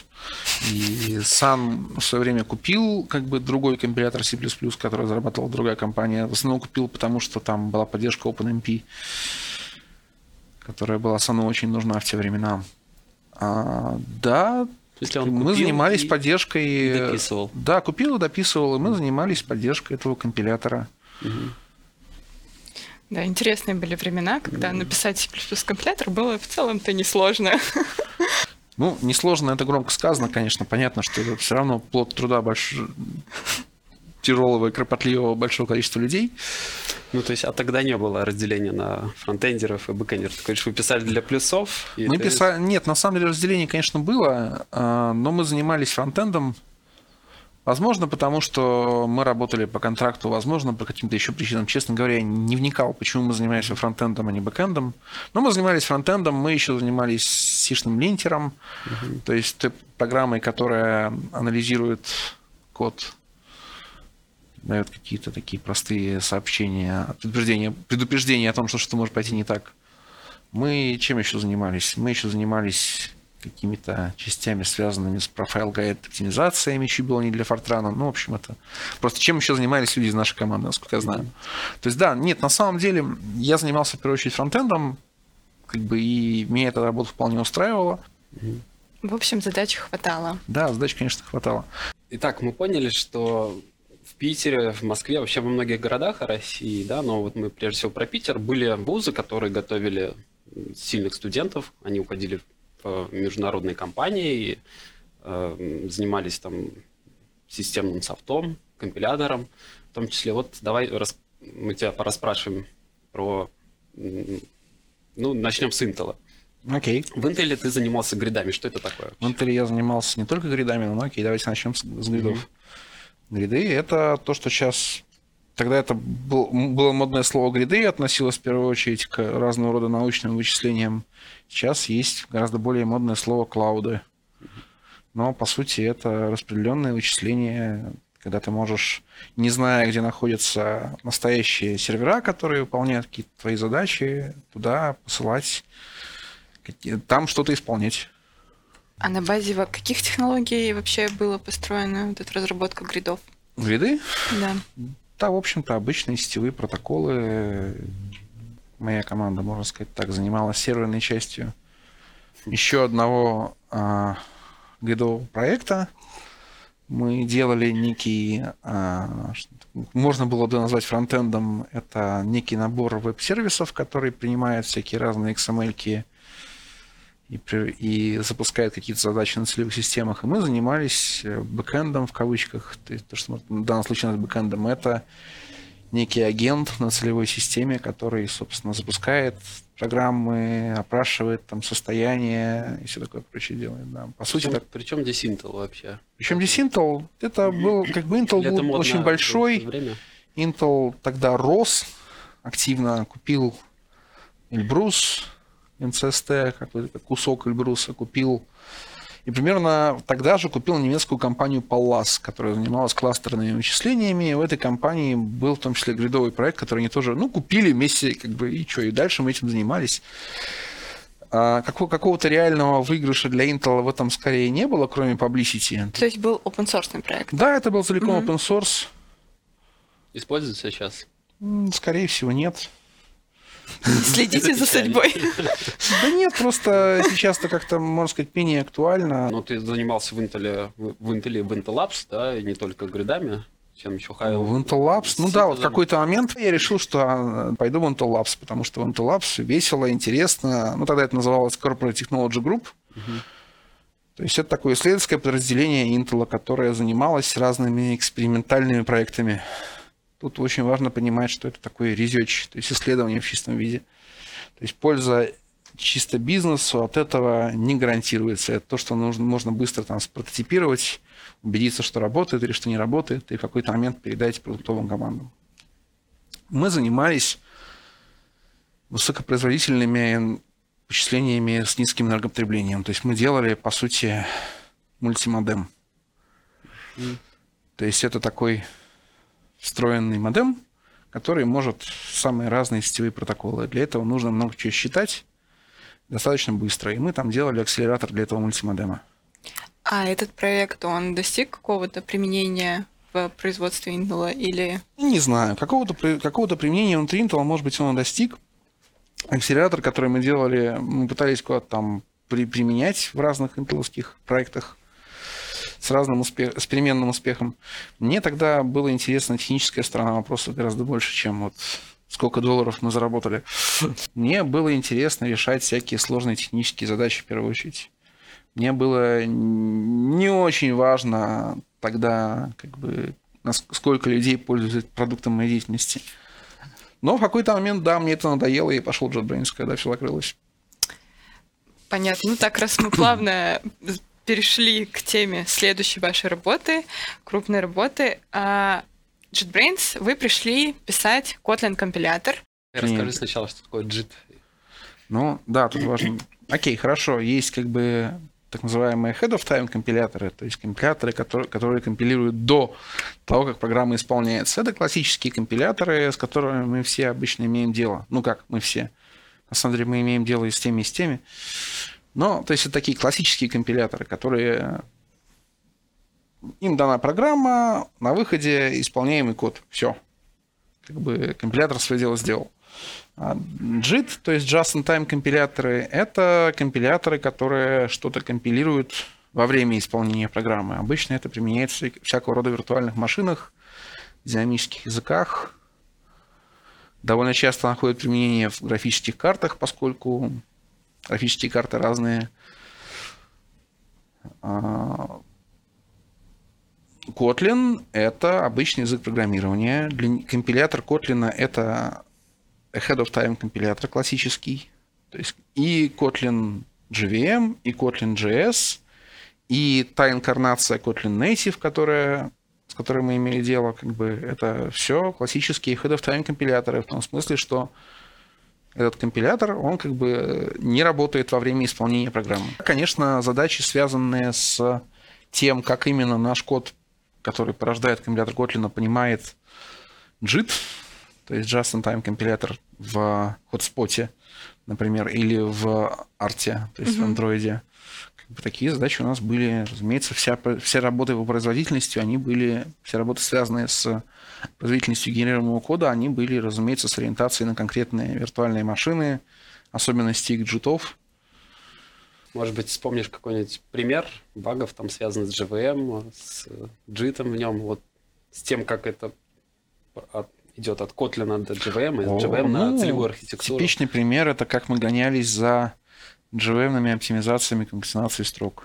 И сам в свое время купил как бы другой компилятор C++, который разрабатывала другая компания. В основном купил, потому что там была поддержка OpenMP, которая была самой очень нужна в те времена. А, да, мы занимались поддержкой... И дописывал. Да, купил и дописывал, и мы занимались поддержкой этого компилятора. Угу. Да, интересные были времена, когда написать C++ компилятор было в целом-то несложно. Ну, несложно, это громко сказано, конечно. Понятно, что это все равно плод труда большого, тяжелого и кропотливого большого количества людей. Ну, то есть, а тогда не было разделения на фронтендеров и бэкэндеров? Ты говоришь, вы писали для плюсов? Мы ты... писали... Нет, на самом деле разделение, конечно, было, но мы занимались фронтендом. Возможно, потому что мы работали по контракту, возможно, по каким-то еще причинам. Честно говоря, я не вникал, почему мы занимались фронтендом, а не бэкэндом. Но мы занимались фронтендом, мы еще занимались сишным линтером, uh-huh. то есть той программой, которая анализирует код, дает какие-то такие простые сообщения, предупреждения, предупреждения о том, что что-то может пойти не так. Мы чем еще занимались? Мы еще занимались какими-то частями, связанными с профайл-гайд оптимизациями, еще было не для Fortran. Ну, в общем, это... Просто чем еще занимались люди из нашей команды, насколько я знаю. То есть, да, нет, на самом деле, я занимался, в первую очередь, фронтендом, как бы, и меня эта работа вполне устраивала. В общем, задач хватало. Да, задач, конечно, хватало. Итак, мы поняли, что в Питере, в Москве, вообще во многих городах России, да, но вот мы прежде всего про Питер, были вузы, которые готовили сильных студентов, они уходили в международные компании и э, занимались там системным софтом, компилятором, в том числе. Вот давай рас... мы тебя порасспрашиваем про... Ну, начнем с Intel. Окей. В Intel ты занимался гридами. Что это такое? В Intel я занимался не только гридами, но окей, давайте начнем с, с гридов. Mm-hmm. Гриды — это то, что сейчас... Тогда это был, было модное слово гриды, относилось в первую очередь к разного рода научным вычислениям. Сейчас есть гораздо более модное слово клауды. Но, по сути, это распределенные вычисления, когда ты можешь, не зная, где находятся настоящие сервера, которые выполняют какие-то твои задачи, туда посылать, там что-то исполнять. А на базе каких технологий вообще была построена вот эта разработка гридов? Гриды? Да. Да, в общем-то, обычные сетевые протоколы. Моя команда, можно сказать так, занималась серверной частью еще одного а, гридового проекта. Мы делали некий, а, можно было бы назвать фронтендом, это некий набор веб-сервисов, который принимает всякие разные икс эм эль-ки и, и запускает какие-то задачи на целевых системах. И мы занимались бэкэндом, в кавычках, то, есть, то что в данном случае у нас бэкэндом, это некий агент на целевой системе, который, собственно, запускает программы, опрашивает там состояние и все такое прочее делает. Да. По сути, так... Причем здесь Intel вообще? Причем здесь Intel? Это был, как бы Intel Или был очень большой. Время? Intel тогда рос активно, купил Эльбрус, эн си эс ти, какой-то кусок Эльбруса купил. И примерно тогда же купил немецкую компанию Pallas, которая занималась кластерными вычислениями. И в этой компании был в том числе гридовый проект, который они тоже, ну, купили вместе, как бы, и что, и дальше мы этим занимались. А какого- какого-то реального выигрыша для Intel в этом скорее не было, кроме publicity. То есть был open-source проект? Да, это был целиком Mm-hmm. open source. Используется сейчас? М, Скорее всего, нет. Следите за судьбой. Да нет, просто сейчас-то как-то, можно сказать, менее актуально. Ну, ты занимался в Intel, в Intel, в Intel Labs, да, и не только гридами. Чем еще High? В Intel Labs, ну да, вот в какой-то момент я решил, что а, пойду в Intel Labs, потому что в Intel Labs весело, интересно. Ну, тогда это называлось Corporate Technology Group. Угу. То есть это такое исследовательское подразделение Intel, которое занималось разными экспериментальными проектами. Тут очень важно понимать, что это такое research, то есть исследование в чистом виде. То есть польза чисто бизнесу от этого не гарантируется. Это то, что нужно, можно быстро там спрототипировать, убедиться, что работает или что не работает, и в какой-то момент передать продуктовым командам. Мы занимались высокопроизводительными вычислениями с низким энергопотреблением. То есть мы делали, по сути, мультимодем. Mm. То есть это такой встроенный модем, который может самые разные сетевые протоколы. Для этого нужно много чего считать достаточно быстро. И мы там делали акселератор для этого мультимодема. А этот проект, он достиг какого-то применения в производстве Intel или... Не знаю. Какого-то, какого-то применения внутри Intel, может быть, он достиг. Акселератор, который мы делали, мы пытались куда-то там при, применять в разных интеловских проектах с разным успех, с переменным успехом. Мне тогда было интересно техническая сторона вопроса гораздо больше, чем вот сколько долларов мы заработали. Мне было интересно решать всякие сложные технические задачи в первую очередь. Мне было не очень важно тогда, как бы, сколько людей пользуются продуктом моей деятельности. Но в какой-то момент, да, мне это надоело, и пошел JetBrains, когда все закрылось. Понятно. Ну так, раз мы плавно перешли к теме следующей вашей работы, крупной работы. JetBrains, вы пришли писать Kotlin-компилятор. Расскажи Нет. сначала, что такое JIT. Ну, да, тут важно. Окей, хорошо. Есть как бы так называемые head-of-time компиляторы, то есть компиляторы, которые, которые компилируют до того, как программа исполняется. Это классические компиляторы, с которыми мы все обычно имеем дело. Ну как, мы все. На самом деле мы имеем дело и с теми, и с теми. Но, то есть это такие классические компиляторы, которые... Им дана программа, на выходе исполняемый код. Все. Как бы компилятор свое дело сделал. джит, то есть just-in-time компиляторы, это компиляторы, которые что-то компилируют во время исполнения программы. Обычно это применяется в всякого рода виртуальных машинах, динамических языках. Довольно часто находят применение в графических картах, поскольку графические карты разные. Kotlin — это обычный язык программирования. Для компилятор Kotlin — это ahead of time компилятор классический. То есть и Kotlin джей ви эм, и Kotlin джей эс, и та инкарнация Kotlin Native, которая, с которой мы имели дело, как бы это все классические ahead of time компиляторы, в том смысле, что этот компилятор, он как бы не работает во время исполнения программы. Конечно, задачи, связанные с тем, как именно наш код, который порождает компилятор Kotlin, понимает джит, то есть just-in-time компилятор в хотспоте, например, или в арте, то есть mm-hmm. в андроиде. Как бы такие задачи у нас были, разумеется, вся, все работы по производительности, они были, все работы, связанные с производительностью генерируемого кода, они были, разумеется, с ориентацией на конкретные виртуальные машины, особенности их джитов. Может быть, вспомнишь какой-нибудь пример багов, там, связанных с джей ви эм, с джитом в нем, вот с тем, как это от, идет от Kotlin до джей ви эм, и от джей ви эм ну, на целевую архитектуру. Типичный пример — это как мы гонялись за джей ви эм-ными оптимизациями конкатенации строк.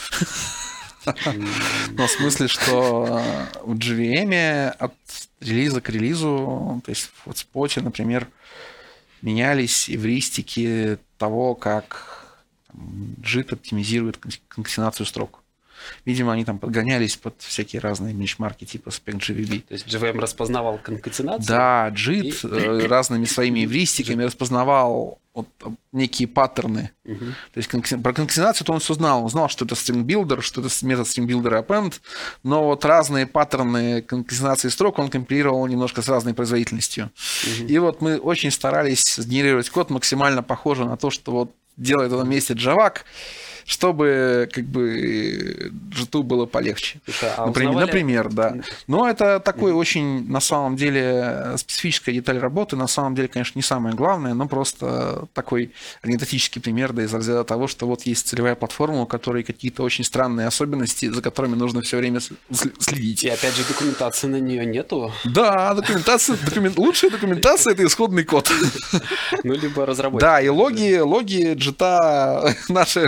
Но в смысле, что в джей ви эм от релиза к релизу, то есть в хотспоте, например, менялись эвристики того, как джит оптимизирует конкатенацию строк. Видимо, они там подгонялись под всякие разные бенчмарки типа spec.gvb. То есть джей ви эм распознавал конкатенацию? Да, джит и... разными своими эвристиками распознавал вот некие паттерны. Угу. То есть про конкатенацию он все знал. Он знал, что это string builder, что это метод string builder append, но вот разные паттерны конкатенации строк он компилировал немножко с разной производительностью. Угу. И вот мы очень старались сгенерировать код максимально похожий на то, что вот делает в этом месте Джавак, чтобы как бы джиту было полегче. Это, а например, узнавали... например, да. Но это такой mm-hmm. очень, на самом деле, специфическая деталь работы. На самом деле, конечно, не самое главное, но просто такой анекдотический пример, да, из разряда того, что вот есть целевая платформа, у которой какие-то очень странные особенности, за которыми нужно все время следить. И опять же, документации на нее нету. Да, документация, документ... лучшая документация — это исходный код. Ну, либо разработчик. Да, и логи, логи джита наши...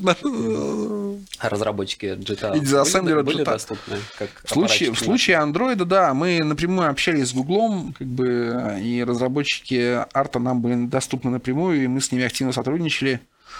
Разработчики джита были, были доступны? Как в случае, в случае Android, да, мы напрямую общались с Гуглом, как бы, и разработчики арта нам были доступны напрямую, и мы с ними активно сотрудничали.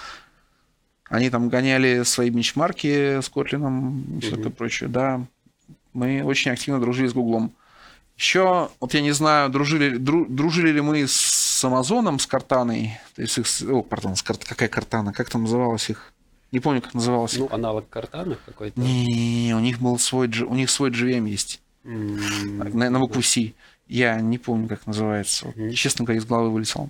Они там гоняли свои бенчмарки с Kotlin и все такое прочее. Да, мы очень активно дружили с Гуглом. Еще, вот я не знаю, дружили, дру, дружили ли мы с Амазоном, с Картаной, то есть их, о, пардон, с Карт, какая Картана, как там называлась их? Не помню, как называлось. Ну, аналог Картана какой-то. Не, у них был свой, у них свой джей ви эм есть. Mm-hmm. На, на букву C. Я не помню, как называется. Mm-hmm. Честно говоря, из головы вылетел.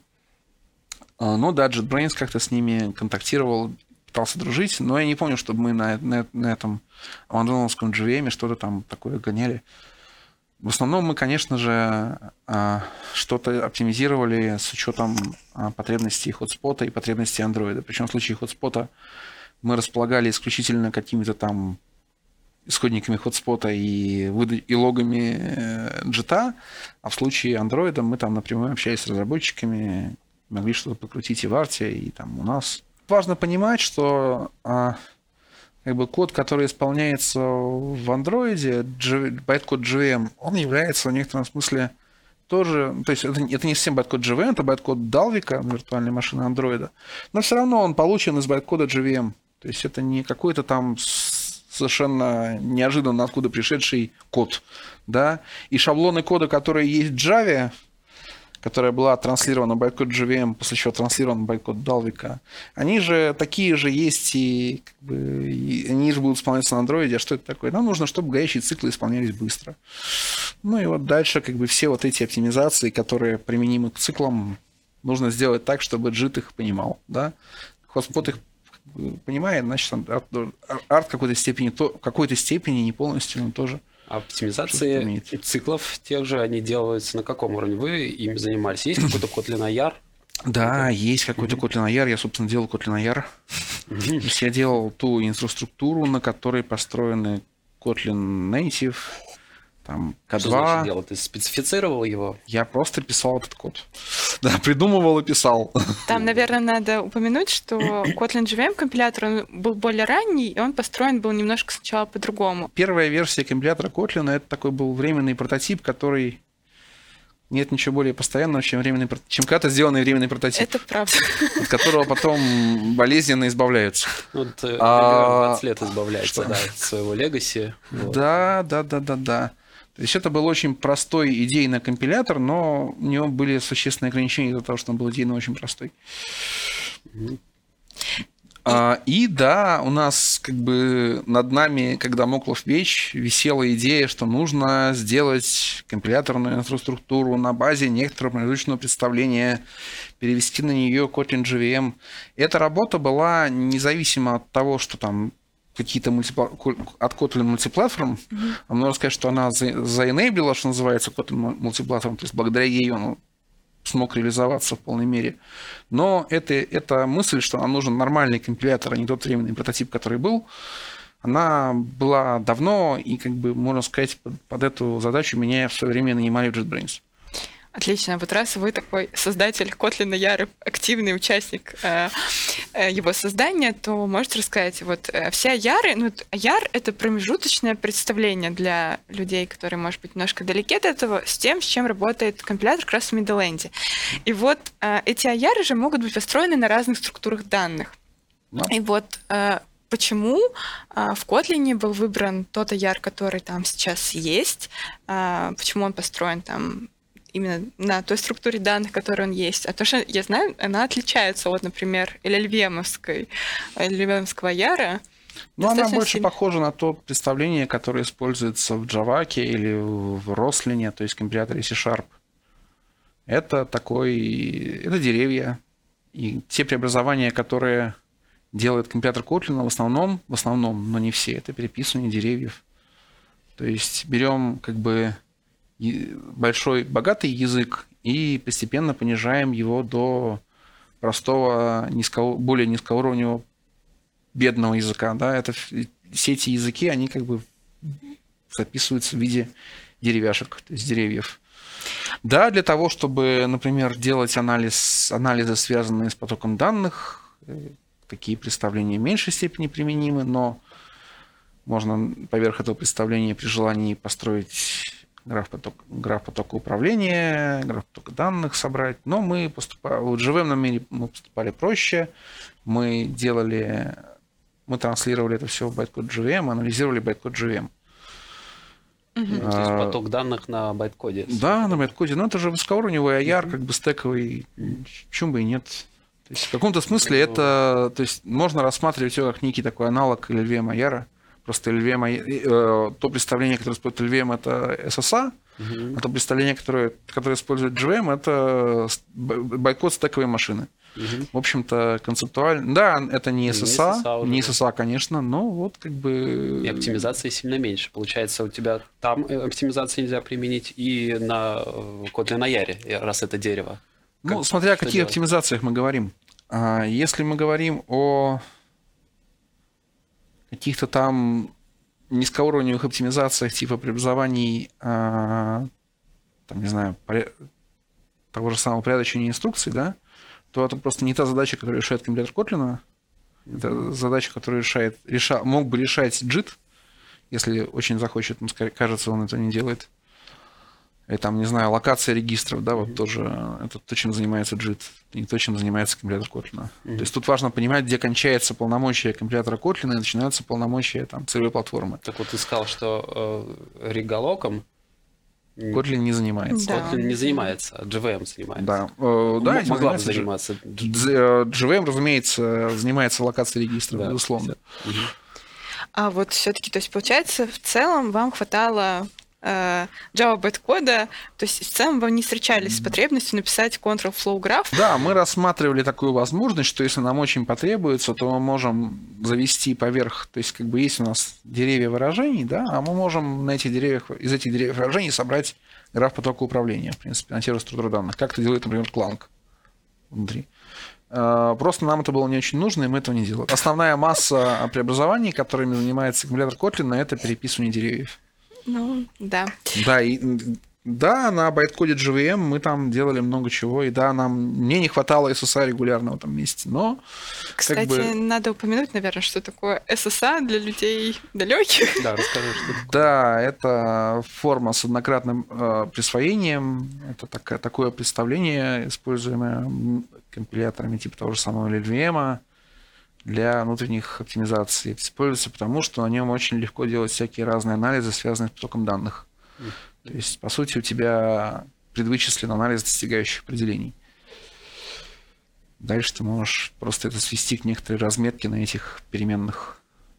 Ну да, JetBrains как-то с ними контактировал, пытался дружить, но я не помню, чтобы мы на, на, на этом амазоновском джей ви эм что-то там такое гоняли. В основном мы, конечно же, что-то оптимизировали с учетом потребностей хотспота и потребностей андроида. Причем в случае хотспота мы располагали исключительно какими-то там исходниками хотспота и, и логами джита, а в случае андроида мы там напрямую общались с разработчиками, могли что-то покрутить и в арте, и там у нас. Важно понимать, что как бы код, который исполняется в андроиде, байткод джей ви эм, он является в некотором смысле тоже, то есть это, это не совсем байткод джей ви эм, это байткод Далвика, виртуальной машины андроида, но все равно он получен из байткода джей ви эм. То есть это не какой-то там совершенно неожиданно откуда пришедший код, да, и шаблоны кода, которые есть в Java, которая была транслирована в байткод джей ви эм, после чего транслирована в байткод Dalvik, они же такие же есть, и, как бы, и они же будут исполняться на андроиде. А что это такое? Нам нужно, чтобы горячие циклы исполнялись быстро. Ну и вот дальше как бы все вот эти оптимизации, которые применимы к циклам, нужно сделать так, чтобы джит их понимал, да. Хотспот их понимает, значит, арт, арт в какой-то степени, то, в какой-то степени, не полностью, но тоже. А оптимизации циклов тех же, они делаются на каком уровне? Вы ими занимались? Есть какой-то Kotlin ай ар? Да, есть какой-то Kotlin эй ар. Я, собственно, делал Kotlin эй ар. То есть я делал ту инфраструктуру, на которой построены Kotlin Native, там, кей два. Что значит делал? Ты специфицировал его? Я просто писал этот код. Да, придумывал и писал. Там, наверное, надо упомянуть, что Kotlin джей ви эм компилятор он был более ранний, и он построен был немножко сначала по-другому. Первая версия компилятора Kotlin — это такой был временный прототип, который... Нет ничего более постоянного, чем, временный, чем когда-то сделанный временный прототип. Это правда. От которого потом болезненно избавляются. Вот а, двадцать лет избавляется, да, от своего легаси. Да, да, да, да, да. То есть это был очень простой идейный компилятор, но у него были существенные ограничения из-за того, что он был идейно очень простой. Mm-hmm. А, и да, у нас как бы над нами, когда Моклов Печь, висела идея, что нужно сделать компиляторную инфраструктуру на базе некоторого промежуточного представления, перевести на нее Kotlin джей ви эм. Эта работа была независимо от того, что там какие-то мультипла... от Kotlin мультиплатформ, mm-hmm. а можно сказать, что она заэнейблила, что называется, Kotlin мультиплатформ, то есть благодаря ей он смог реализоваться в полной мере. Но это, эта мысль, что нам нужен нормальный компилятор, а не тот временный прототип, который был, она была давно, и, как бы, можно сказать, под, под эту задачу меня в свое время нанимали в JetBrains. Отлично. Вот раз вы такой создатель Kotlin эй ар, активный участник э, э, его создания, то можете рассказать, вот э, все эй ар, ну, эй ар — это промежуточное представление для людей, которые, может быть, немножко далеки от этого, с тем, с чем работает компилятор как раз в Middle-end. И вот э, эти эй ар же могут быть построены на разных структурах данных. No. И вот э, почему э, в Kotlin был выбран тот эй ар, который там сейчас есть, э, почему он построен там именно на той структуре данных, которой он есть. А то, что я знаю, она отличается от, например, эл эл ви эм-овской, эл эл ви эм-овского эй ар. Ну, она больше сильно похожа на то представление, которое используется в Java или в Roslyn, то есть в компиляторе C-Sharp. Это такой... Это деревья. И те преобразования, которые делает компилятор Kotlin, в основном, в основном, но не все, это переписывание деревьев. То есть берем как бы большой, богатый язык и постепенно понижаем его до простого, низко, более низкоуровневого, бедного языка. Да? Это, все эти языки, они как бы записываются в виде деревяшек, то есть деревьев. Да, для того, чтобы, например, делать анализ, анализы, связанные с потоком данных, такие представления в меньшей степени применимы, но можно поверх этого представления при желании построить граф, поток, граф потока управления, граф потока данных собрать. Но мы поступали, в джей ви эм мире мы поступали проще. Мы делали, мы транслировали это все в байткод джей ви эм, анализировали байткод джей ви эм. Угу. А, то есть поток данных на байткоде. Да, на байткоде. Но это же высокоуровневый эй ар, как бы стековый. Почему бы и нет? То есть в каком-то смысле ну, это, то есть можно рассматривать его как некий такой аналог эл эл ви эм эй ар. Просто эл эл ви эм, э, то представление, которое использует эл эл ви эм, это эс эс эй, uh-huh. а то представление, которое, которое использует джей ви эм, это байткод стековой машины. Uh-huh. В общем-то, концептуально... Да, это не эс эс эй, не эс эс эй, конечно, но вот как бы... И оптимизации сильно меньше. Получается, у тебя там оптимизации нельзя применить и на Kotlin эй ар, раз это дерево. Ну, как, смотря о каких делать? Оптимизациях мы говорим. Если мы говорим о каких-то там низкоуровневых оптимизациях типа преобразований, там, не знаю, того же самого порядочения инструкций, да, то это просто не та задача, которую решает компилятор Kotlin. Это задача, которую решает, реша, мог бы решать джит, если очень захочет, но, кажется, он это не делает. И там, не знаю, локация регистров, да, вот mm-hmm. тоже это то, чем занимается джит, не то, чем занимается компилятор Kotlin. Mm-hmm. То есть тут важно понимать, где кончается полномочия компилятора Kotlin и начинаются полномочия там целевой платформы. Так вот ты сказал, что э, реголоком Kotlin не занимается. Да. Kotlin не занимается, а джей ви эм занимается. Да, э, да М- могла бы заниматься. джей ви эм, разумеется, занимается локацией регистров, да, безусловно. Угу. А вот все-таки, то есть, получается, в целом вам хватало Java байткода, то есть в целом вы не встречались с потребностью написать control flow graph? Да, мы рассматривали такую возможность, что если нам очень потребуется, то мы можем завести поверх, то есть как бы есть у нас деревья выражений, да, а мы можем на этих деревьях, из этих деревьев выражений собрать граф потока управления, в принципе, на сервер структуры данных. Как это делает, например, Clang внутри. Просто нам это было не очень нужно, и мы этого не делали. Основная масса преобразований, которыми занимается компилятор Kotlin, это переписывание деревьев. Ну, да. Да, и, да, на байткоде джи ви эм мы там делали много чего, и да, нам, мне не хватало эс эс а регулярно в этом месте, но... Кстати, как бы... надо упомянуть, наверное, что такое эс эс а для людей далеких. Да, расскажи, что такое. Да, это форма с однократным э, присвоением, это так, такое представление, используемое компиляторами типа того же самого эл эл ви эм для внутренних оптимизаций. Используется потому, что на нем очень легко делать всякие разные анализы, связанные с потоком данных. То есть, по сути, у тебя предвычислен анализ достигающих определений. Дальше ты можешь просто это свести к некоторой разметке на этих переменных.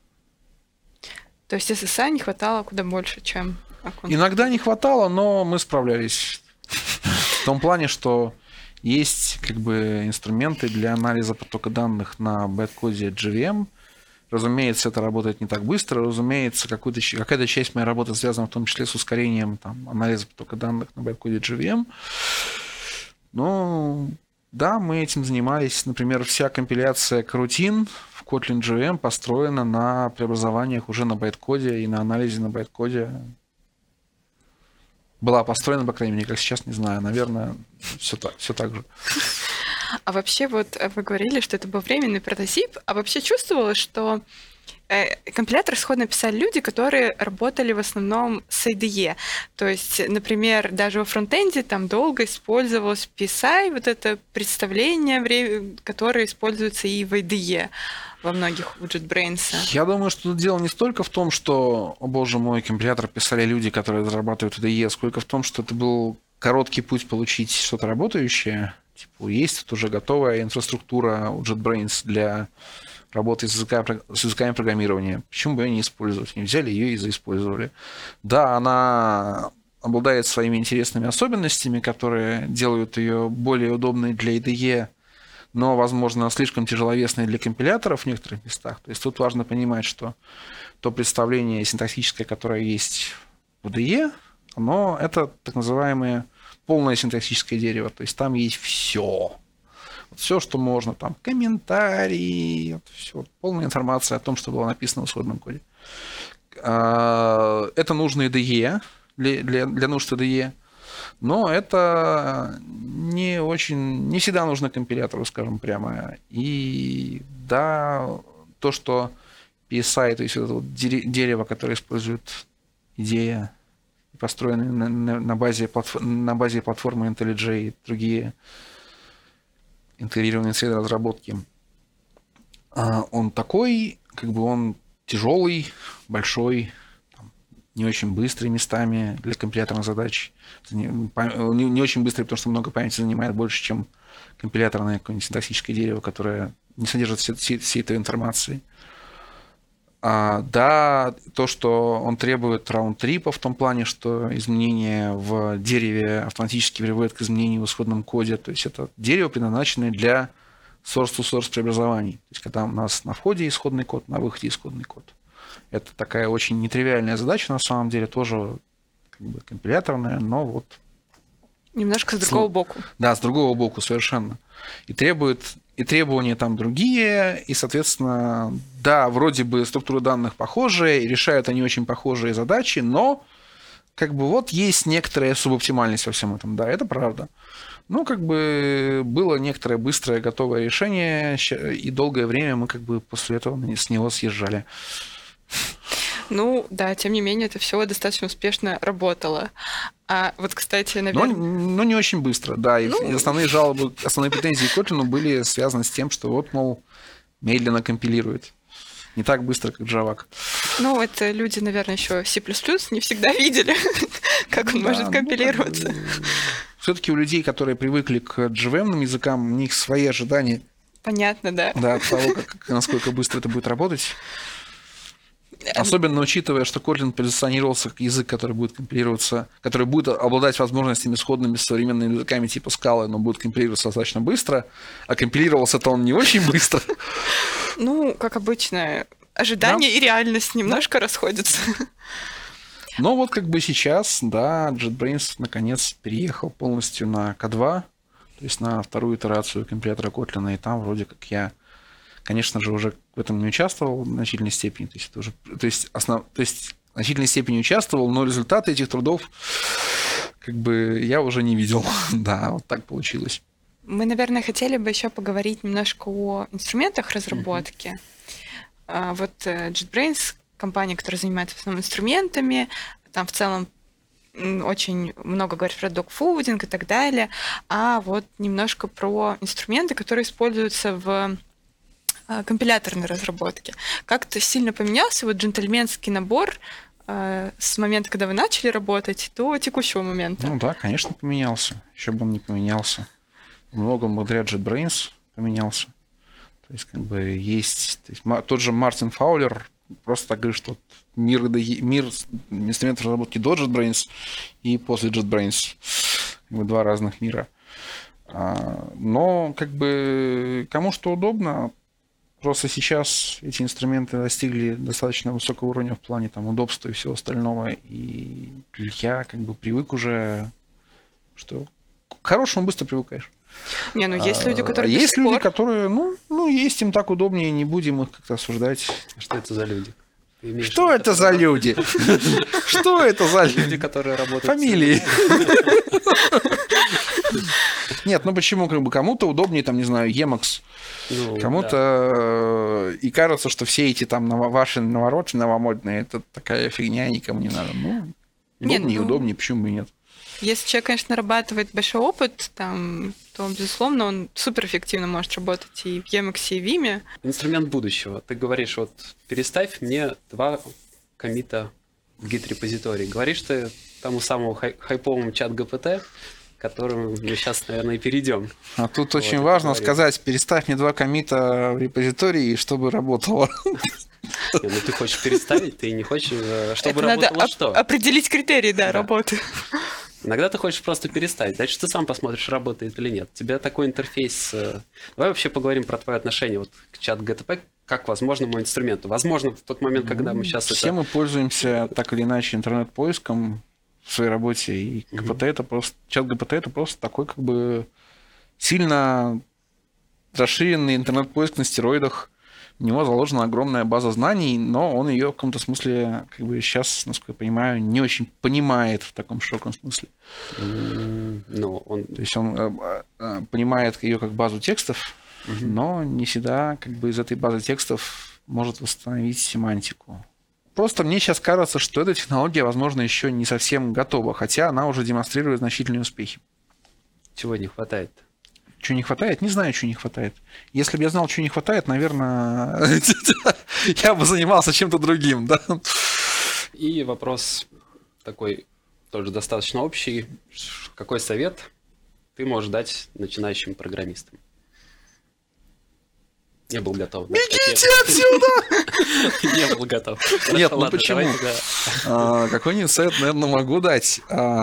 То есть эс эс а не хватало куда больше, чем окон. Иногда не хватало, но мы справлялись. В том плане, что есть как бы инструменты для анализа потока данных на байткоде джи ви эм. Разумеется, это работает не так быстро. Разумеется, какая-то, какая-то часть моей работы связана в том числе с ускорением там, анализа потока данных на байткоде джи ви эм. Ну, да, мы этим занимались. Например, вся компиляция coroutine в Kotlin джи ви эм построена на преобразованиях уже на байткоде и на анализе на байткоде. Была построена, по крайней мере, как сейчас, не знаю. Наверное, все так, все так же. А вообще, вот вы говорили, что это был временный прототип, а вообще чувствовалось, что э, компилятор исходно писали люди, которые работали в основном с ай ди и. То есть, например, даже во фронтенде там долго использовалось пи эс ай, вот это представление, которое используется и в ай ди и во многих у JetBrains. Я думаю, что тут дело не столько в том, что, о боже мой, компилятор писали люди, которые разрабатывают ай ди и, сколько в том, что это был короткий путь получить что-то работающее. Типа, есть тут уже готовая инфраструктура у JetBrains для работы с, языка, с языками программирования. Почему бы ее не использовать? Они взяли ее и заиспользовали. Да, она обладает своими интересными особенностями, которые делают ее более удобной для ай ди и, но, возможно, слишком тяжеловесной для компиляторов в некоторых местах. То есть тут важно понимать, что то представление синтаксическое, которое есть в ай ди и, оно это так называемые полное синтаксическое дерево, то есть там есть все. Вот все, что можно, там комментарии, вот все, полная информация о том, что было написано в исходном коде. Это нужно ай ди и для, для, для нужд ай ди и, но это не очень, не всегда нужно компилятору, скажем прямо. И да, то, что пи эс ай, то есть это вот дерево, которое использует идея, построенные на, на, на, базе платформ, на базе платформы IntelliJ и другие интегрированные среды разработки. Он такой, как бы он тяжелый, большой, там, не очень быстрый местами для компиляторных задач. Не, не очень быстрый, потому что много памяти занимает, больше, чем компиляторное какое-нибудь синтаксическое дерево, которое не содержит всей, всей этой информации. А, да, то, что он требует раунд-трипа в том плане, что изменения в дереве автоматически приводят к изменению в исходном коде. То есть это дерево, предназначенное для source-to-source преобразований. То есть когда у нас на входе исходный код, на выходе исходный код. Это такая очень нетривиальная задача, на самом деле, тоже как бы компиляторная, но вот... Немножко с другого боку. Да, с другого боку, совершенно. И требует... И требования там другие, и, соответственно, да, вроде бы структуры данных похожие, и решают они очень похожие задачи, но как бы вот есть некоторая субоптимальность во всем этом, да, это правда. Ну, как бы было некоторое быстрое готовое решение, и долгое время мы как бы после этого с него съезжали. Ну, да, тем не менее, это все достаточно успешно работало. А вот, кстати, наверное... Но, но не очень быстро, да. И ну... основные жалобы, основные претензии к Kotlin были связаны с тем, что вот, мол, медленно компилирует. Не так быстро, как Java. Ну, это люди, наверное, еще C++ не всегда видели, как он да, может компилироваться. Ну, все-таки у людей, которые привыкли к джей ви эм-ным языкам, у них свои ожидания. Понятно, да. Да, от того, как, насколько быстро это будет работать. Особенно учитывая, что Kotlin позиционировался как язык, который будет компилироваться, который будет обладать возможностями сходными с современными языками типа Scala, но будет компилироваться достаточно быстро, а компилировался-то он не очень быстро. Ну, как обычно, ожидания да. и реальность немножко да. расходятся. Но вот как бы сейчас, да, JetBrains наконец переехал полностью на кей два. То то есть на вторую итерацию компилятора Kotlin, и там вроде как я, конечно же, уже в этом не участвовал в значительной степени, то есть, это уже, то есть, основ, то есть в значительной степени участвовал, но результаты этих трудов как бы я уже не видел. Да, вот так получилось. Мы, наверное, хотели бы еще поговорить немножко о инструментах разработки. Mm-hmm. Вот JetBrains, компания, которая занимается в основном инструментами, там в целом очень много говорит про догфудинг и так далее, а вот немножко про инструменты, которые используются в компиляторной разработке. Как-то сильно поменялся вот джентльменский набор с момента, когда вы начали работать, до текущего момента? Ну да, конечно, поменялся. Еще бы он не поменялся. Много благодаря JetBrains поменялся. То есть, как бы есть... То есть, тот же Мартин Фаулер просто так говорит, что мир, мир инструментов разработки до JetBrains и после JetBrains. Как бы два разных мира. Но, как бы, кому что удобно. Просто сейчас эти инструменты достигли достаточно высокого уровня в плане там, удобства и всего остального. И я как бы привык уже, что к хорошему быстро привыкаешь. Не, ну есть люди, которые... А есть люди, пор... которые, ну, ну, есть им так удобнее, не будем их как-то осуждать. Что это за люди? Что это за люди? Что это за люди? Которые работают... Фамилии. Нет, ну почему? Как бы кому-то удобнее, там, не знаю, Emacs. Ну, кому-то да. И кажется, что все эти там ваши навороты новомодные, это такая фигня, никому не надо. Ну, удобнее, нет, ну, удобнее, почему бы и нет. Если человек, конечно, нарабатывает большой опыт, там, то, безусловно, он суперэффективно может работать и в Emacs, и в Vim. Инструмент будущего. Ты говоришь, вот переставь мне два коммита в гит-репозитории. Говоришь ты тому самому хай- хайповому чат джи пи ти, к которому мы сейчас, наверное, и перейдем. А тут вот очень важно говорит. сказать, переставь мне два коммита в репозитории, чтобы работало. Не, ну ты хочешь переставить, ты не хочешь, чтобы это работало надо что? Оп- определить критерии, да, да, работы. Иногда ты хочешь просто переставить, значит, ты сам посмотришь, работает или нет. У тебя такой интерфейс... Давай вообще поговорим про твое отношение вот к чат джи ти пи как возможному инструменту. Возможно, в тот момент, когда мы сейчас... Все это... мы пользуемся так или иначе интернет-поиском в своей работе, и джи пи ти это просто... чат джи пи ти это просто такой как бы сильно расширенный интернет-поиск на стероидах. У него заложена огромная база знаний, но он ее в каком-то смысле, как бы сейчас, насколько я понимаю, не очень понимает в таком широком смысле. Mm, no, он... То есть он э, э, понимает ее как базу текстов, mm-hmm. но не всегда как бы из этой базы текстов может восстановить семантику. Просто мне сейчас кажется, что эта технология, возможно, еще не совсем готова, хотя она уже демонстрирует значительные успехи. Чего не хватает? Чего не хватает? Не знаю, чего не хватает. Если бы я знал, чего не хватает, наверное, я бы занимался чем-то другим, да. И вопрос такой тоже достаточно общий. Какой совет ты можешь дать начинающим программистам? Не был готов. Бегите отсюда! Не был готов. Нет, ну почему? Какой-нибудь совет, наверное, могу дать.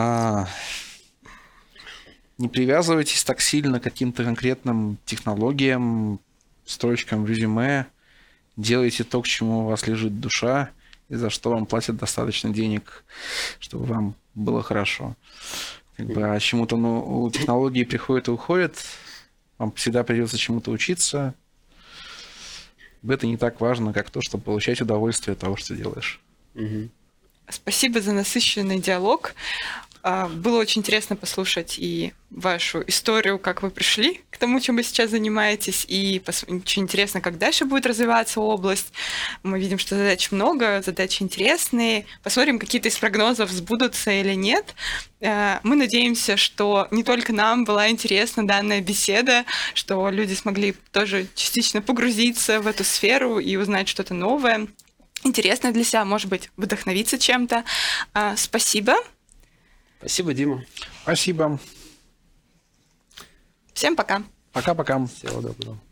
Не привязывайтесь так сильно к каким-то конкретным технологиям, строчкам в резюме. Делайте то, к чему у вас лежит душа, и за что вам платят достаточно денег, чтобы вам было хорошо. Как бы, а чему-то ну, у технологии приходит и уходит, вам всегда придется чему-то учиться. Это не так важно, как то, чтобы получать удовольствие от того, что делаешь. Спасибо за насыщенный диалог. Было очень интересно послушать и вашу историю, как вы пришли к тому, чем вы сейчас занимаетесь, и очень интересно, как дальше будет развиваться область. Мы видим, что задач много, задачи интересные. Посмотрим, какие-то из прогнозов сбудутся или нет. Мы надеемся, что не только нам была интересна данная беседа, что люди смогли тоже частично погрузиться в эту сферу и узнать что-то новое, интересное для себя, может быть, вдохновиться чем-то. Спасибо. Спасибо, Дима. Спасибо. Всем пока. Пока-пока. Всего доброго.